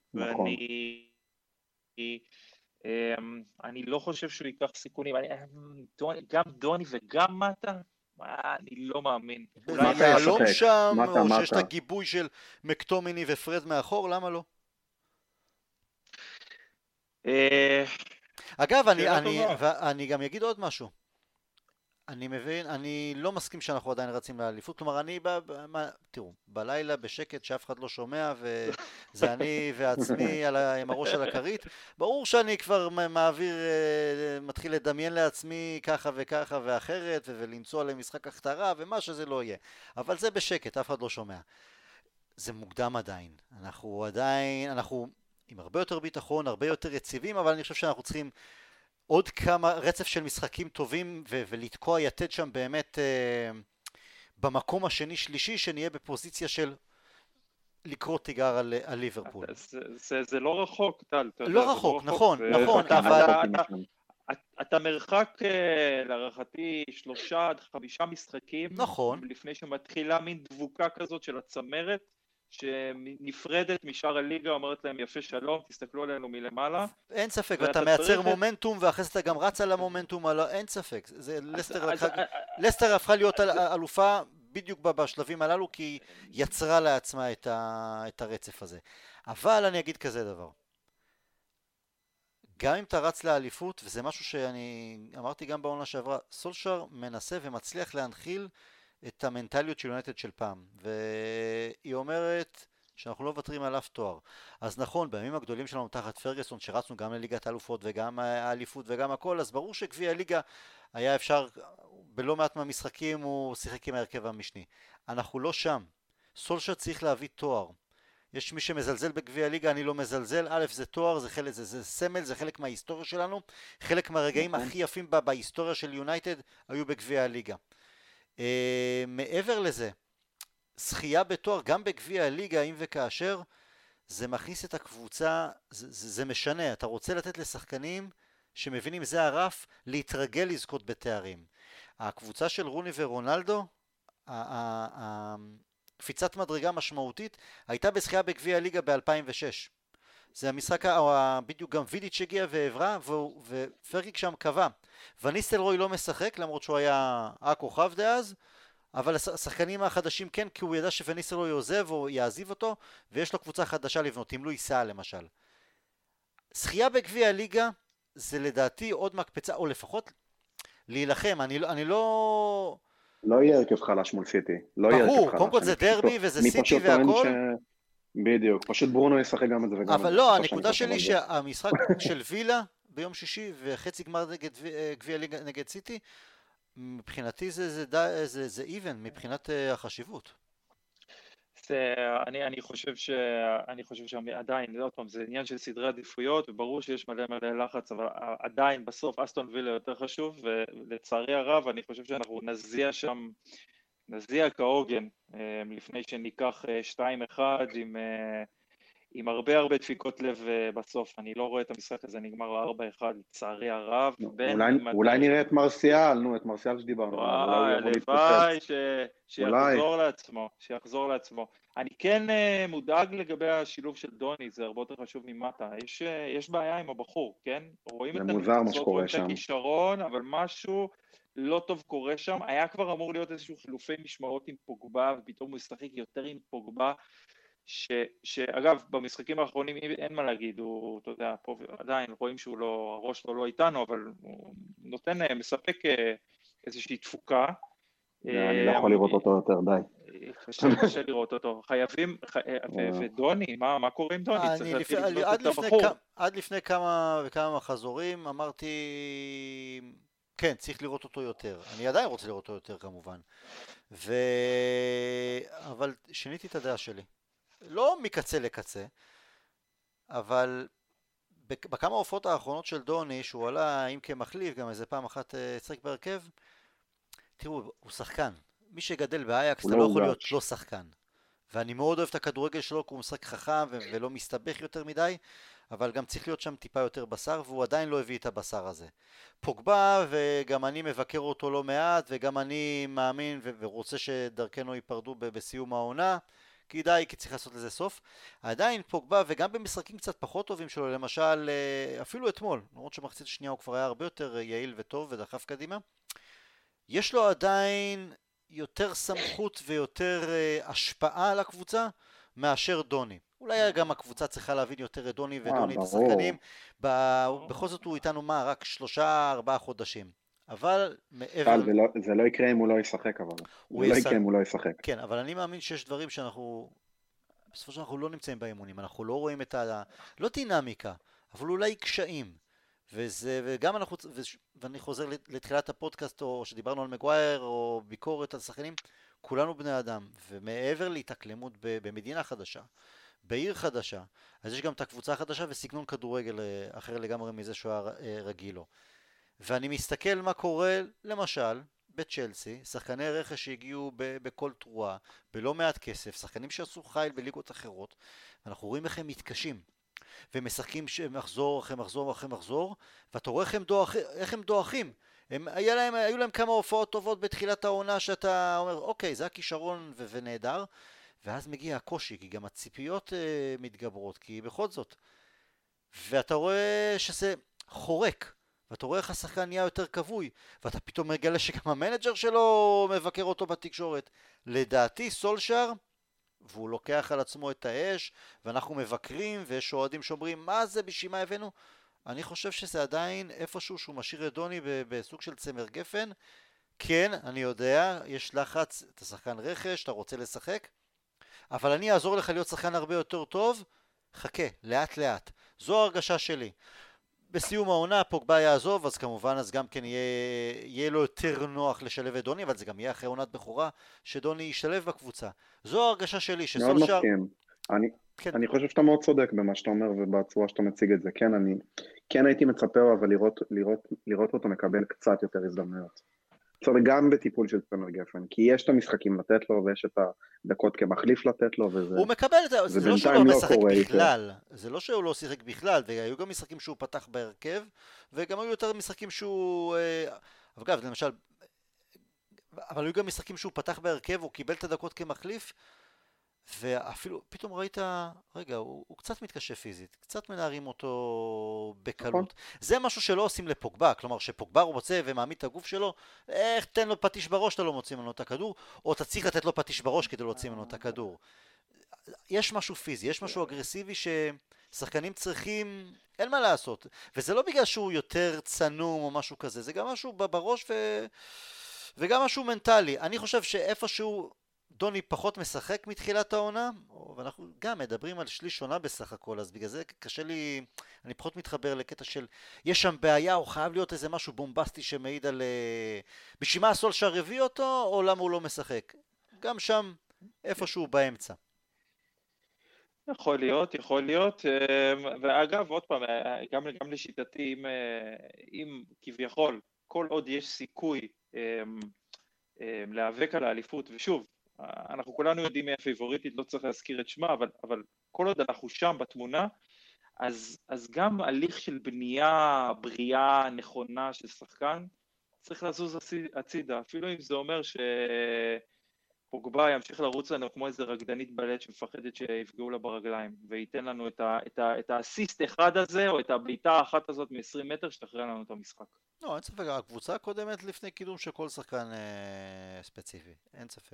ואני לא חושב שהוא ייקח סיכונים, גם דוני וגם מטה, אני לא מאמין. אולי יעלום שם, או שיש את הגיבוי של מקטומיני ופרד מאחור, למה לא? אגב, אני גם אגיד עוד משהו. אני מבין, אני לא מסכים שאנחנו עדיין רצים לאליפות, כלומר אני תראו, בלילה בשקט שאף אחד לא שומע וזה אני ועצמי עם הראש על הכרית, ברור שאני כבר מתחיל לדמיין לעצמי ככה וככה ואחרת ולנסוע למשחק הכתרה ומה שזה לא יהיה, אבל זה בשקט, אף אחד לא שומע. זה מוקדם עדיין, אנחנו עם הרבה יותר ביטחון, הרבה יותר יציבים, אבל אני חושב שאנחנו צריכים עוד כמה רצף של משחקים טובים ולתקוע יתד שם באמת במקום השני שלישי שנהיה בפוזיציה של לקרוא תיגר על ליברפול. זה לא רחוק, טל. לא רחוק, נכון, אבל אתה מרחק להערכתי 3-5 משחקים, נכון, לפני שמתחילה מין דבוקה כזאת של הצמרת שנפרדת משאר הליגה, אומרת להם יפה שלום, תסתכלו עלינו מלמעלה. אין ספק, ואתה מייצר מומנטום, ואחרי זה אתה גם רץ על המומנטום, אין ספק. לסטר הפכה להיות אלופה בדיוק בשלבים הללו, כי היא יצרה לעצמה את הרצף הזה. אבל אני אגיד כזה דבר. גם אם אתה רץ לאליפות, וזה משהו שאני אמרתי גם בעונה שעברה, סולשר מנסה ומצליח להנחיל את המנטליות של יונייטד של פעם, והיא אומרת שאנחנו לא מוותרים על אף תואר. אז נכון, בימים הגדולים שלנו תחת פרגוסון, שרצנו גם לליגת האלופות וגם האליפות וגם הכל, אז ברור שגביע הליגה היה אפשר, בלא מעט מהמשחקים הוא שיחק עם ההרכב המשני. אנחנו לא שם. סולשר צריך להביא תואר. יש מי שמזלזל בגביע הליגה, אני לא מזלזל. א', זה תואר, זה סמל, זה חלק מההיסטוריה שלנו. חלק מהרגעים הכי יפים בהיסטוריה של יונייטד היו בגביע הליגה. מעבר לזה, זכייה בתואר גם בגביע הליגה, אם וכאשר, זה מכניס את הקבוצה, זה משנה, אתה רוצה לתת לשחקנים שמבינים זה הרף, להתרגל לזכות בתארים. הקבוצה של רוני ורונלדו, קפיצת מדרגה משמעותית, הייתה בזכייה בגביע הליגה ב-2006. זה המשחק, בדיוק גם וידיץ' הגיע ועברה, ופרקיק שם קבע. וניסטלרוי לא משחק, למרות שהוא היה הכוכב דאז, אבל השחקנים החדשים כן, כי הוא ידע שווניסטלרוי עוזב או יעזיב אותו, ויש לו קבוצה חדשה לבנות, אם לא ייסע למשל. זכייה בגביע הליגה, זה לדעתי עוד מקפצה, או לפחות להילחם, אני לא... לא יהיה הרכב חלש מול סיטי. ברור, קודם כל זה דרבי וזה סיטי והכל. בדיוק, פשוט ברונו ישחק גם את זה וגם את זה. אבל לא, הנקודה שלי שהמשחק של וילה ביום שישי וחצי גמר גביע ליגה נגד סיטי, מבחינתי זה איבן, מבחינת החשיבות. אני חושב שעדיין, עוד פעם, זה עניין של סדרי עדיפויות, וברור שיש מלא לחץ, אבל עדיין בסוף אסטון וילה יותר חשוב, ולצערי הרב אני חושב שאנחנו נזיע כהוגן, לפני שניקח 2-1 עם הרבה דפיקות לב בסוף. אני לא רואה את המשחק הזה נגמר 4-1, לצערי הרב. אולי נראה את מרסיאל, את מרסיאל שדיברנו. הלוואי שיחזור לעצמו. אני כן מודאג לגבי השילוב של דוני, זה הרבה יותר חשוב ממטה. יש בעיה עם הבחור, כן? רואים את הכישרון, אבל משהו לא טוב קורה שם. היה כבר אמור להיות איזשהו חילופי משמעות עם פוגבה, ופתאום הוא ישחק יותר עם פוגבה, שאגב, במשחקים האחרונים אין מה להגיד, הוא, אתה יודע, פה עדיין רואים שהוא לא, הראש לא איתנו, אבל הוא נותן, מספק איזושהי תפוקה. אני לא יכול לראות אותו יותר, די. קשה לראות אותו. חייבים, ודוני, מה קורה עם דוני? עד לפני כמה וכמה מחזורים אמרתי, כן, צריך לראות אותו יותר. אני עדיין רוצה לראות אותו יותר כמובן. אבל שיניתי את הדעה שלי. לא מקצה לקצה, אבל בכמה הופעות האחרונות של דוני, שהוא עלה אם כמחליף, גם איזה פעם אחת צחק בהרכב, תראו, הוא שחקן. מי שגדל באייקס, אתה לא יכול להיות לא שחקן. ואני מאוד אוהב את הכדורגל שלו, כי הוא משחק חכם ולא מסתבך יותר מדי, אבל גם צריך להיות שם טיפה יותר בשר, והוא עדיין לא הביא את הבשר הזה. פוגבה, וגם אני מבקר אותו לא מעט, וגם אני מאמין ורוצה שדרכנו ייפרדו בסיום העונה, כי צריך לעשות לזה סוף. עדיין פוגבה, וגם במשחקים קצת פחות טובים שלו, למשל, אפילו אתמול, למרות שמחצית השנייה הוא כבר היה הרבה יותר יעיל וטוב ודחף קדימה, יש לו עדיין יותר סמכות ויותר השפעה על הקבוצה מאשר דוני. אולי גם הקבוצה צריכה להבין יותר את דוני ודוני את השחקנים. בכל זאת הוא איתנו רק 3-4 חודשים. אבל מעבר... זה לא יקרה אם הוא לא ישחק, אבל. זה לא יקרה אם הוא לא ישחק. כן, אבל אני מאמין שיש דברים שאנחנו... בסופו של דבר אנחנו לא נמצאים באימונים. אנחנו לא רואים את לא דינמיקה, אבל אולי קשיים. וגם ואני חוזר לתחילת הפודקאסט, או שדיברנו על מגווייר, או ביקורת על שחקנים, כולנו בני אדם. ומעבר להתאקלמות במדינה חדשה, בעיר חדשה, אז יש גם את הקבוצה החדשה וסגנון כדורגל אחר לגמרי מזה שהוא רגיל לו. ואני מסתכל מה קורה, למשל, בצ'לסי, שחקני רכש שהגיעו בכל תרועה, בלא מעט כסף, שחקנים שעשו חייל בליגות אחרות, ואנחנו רואים איך הם מתקשים, ומשחקים מחזור אחרי מחזור אחרי מחזור, ואתה רואה איך הם דואחים. היו להם כמה הופעות טובות בתחילת העונה, שאתה אומר, אוקיי, זה הכישרון ונהדר, ואז מגיע הקושי, כי גם הציפיות מתגברות, כי בכל זאת. ואתה רואה שזה חורק, ואתה רואה איך השחקן נהיה יותר כבוי, ואתה פתאום מגלה שגם המנג'ר שלו מבקר אותו בתקשורת. לדעתי סולשר, והוא לוקח על עצמו את האש, ואנחנו מבקרים, ויש אוהדים שאומרים, מה זה, בשביל מה הבאנו? אני חושב שזה עדיין איפשהו שהוא משאיר את דוני בסוג של צמר גפן. כן, אני יודע, יש לחץ, אתה שחקן רכש, אתה רוצה לשחק, אבל אני אעזור לך להיות שחקן הרבה יותר טוב, חכה, לאט לאט. זו ההרגשה שלי. בסיום העונה פוגבה יעזוב, אז כמובן אז גם כן יהיה לו יותר נוח לשלב את דוני, אבל זה גם יהיה אחרי עונת בכורה שדוני ישלב בקבוצה. זו ההרגשה שלי שסולשר... אני חושב שאתה מאוד צודק במה שאתה אומר ובצורה שאתה מציג את זה. כן הייתי מצפה אבל לראות אותו מקבל קצת יותר הזדמנויות. גם בטיפול של צמר גפן, כי יש את המשחקים לתת לו, ויש את הדקות כמחליף לתת לו, וזה... הוא מקבל את זה, זה לא שהוא לא משחק בכלל, זה לא שהוא לא שיחק בכלל, והיו גם משחקים שהוא פתח בהרכב, וגם היו יותר משחקים שהוא... אגב, למשל, אבל היו גם משחקים שהוא פתח בהרכב, הוא קיבל את הדקות כמחליף, ואפילו, פתאום ראית, רגע, הוא קצת מתקשה פיזית, קצת מנערים אותו בקלות. זה משהו שלא עושים לפוגבה, כלומר שפוגבה רוצה ומעמיד את הגוף שלו, איך תן לו פטיש בראש, אתה לא מוציא ממנו את הכדור, או אתה צריך לתת לו פטיש בראש כדי להוציא ממנו את הכדור. יש משהו פיזי, יש משהו אגרסיבי ששחקנים צריכים, אין מה לעשות. וזה לא בגלל שהוא יותר צנום או משהו כזה, זה גם משהו בראש וגם משהו מנטלי. אני חושב שאיפשהו דוני פחות משחק מתחילת העונה, ואנחנו גם מדברים על שליש עונה בסך הכל, אז בגלל זה קשה לי, אני פחות מתחבר לקטע של, יש שם בעיה, או חייב להיות איזה משהו בומבסטי שמעיד על, בשביל מה סולשר הביא אותו, או למה הוא לא משחק. גם שם, איפשהו באמצע. יכול להיות, ואגב, עוד פעם, גם לשיטתי, אם כביכול, כל עוד יש סיכוי להיאבק על האליפות, ושוב, אנחנו כולנו יודעים מי הפיבוריטית, לא צריך להזכיר את שמה, אבל כל עוד אנחנו שם בתמונה, אז גם הליך של בנייה בריאה, נכונה של שחקן, צריך לזוז הצידה, אפילו אם זה אומר פוגבה ימשיך לרוץ לנו כמו איזה רקדנית בלט שמפחדת שיפגעו לה ברגליים, וייתן לנו את האסיסט אחד הזה, או את הבעיטה האחת הזאת מ-20 מטר, שתכריע לנו את המשחק. לא, אין ספק, הקבוצה הקודמת לפני קידום של כל שחקן ספציפי, אין ספק.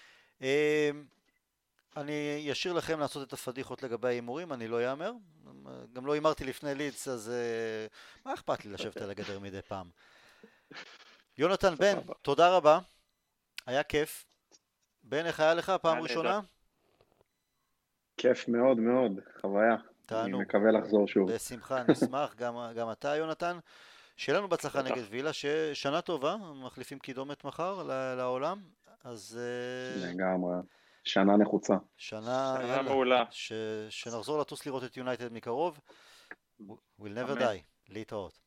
אני אשאיר לכם לעשות את הפדיחות לגבי ההימורים, אני לא יאמר, גם לא הימרתי לפני לידס, אז מה אכפת לי לשבת על הגדר מדי פעם. יונתן בן, תודה רבה, היה כיף. בן, איך היה לך פעם ראשונה? כיף מאוד מאוד, חוויה. תענו. אני מקווה לחזור שוב. בשמחה, נשמח, גם אתה יונתן. שיהיה לנו בהצלחה נגד וילה, ששנה טובה, מחליפים קידומת מחר לעולם, אז... לגמרי, שנה נחוצה. שנה מעולה. שנחזור לטוס לראות את יונייטד מקרוב. We'll never die, להתראות.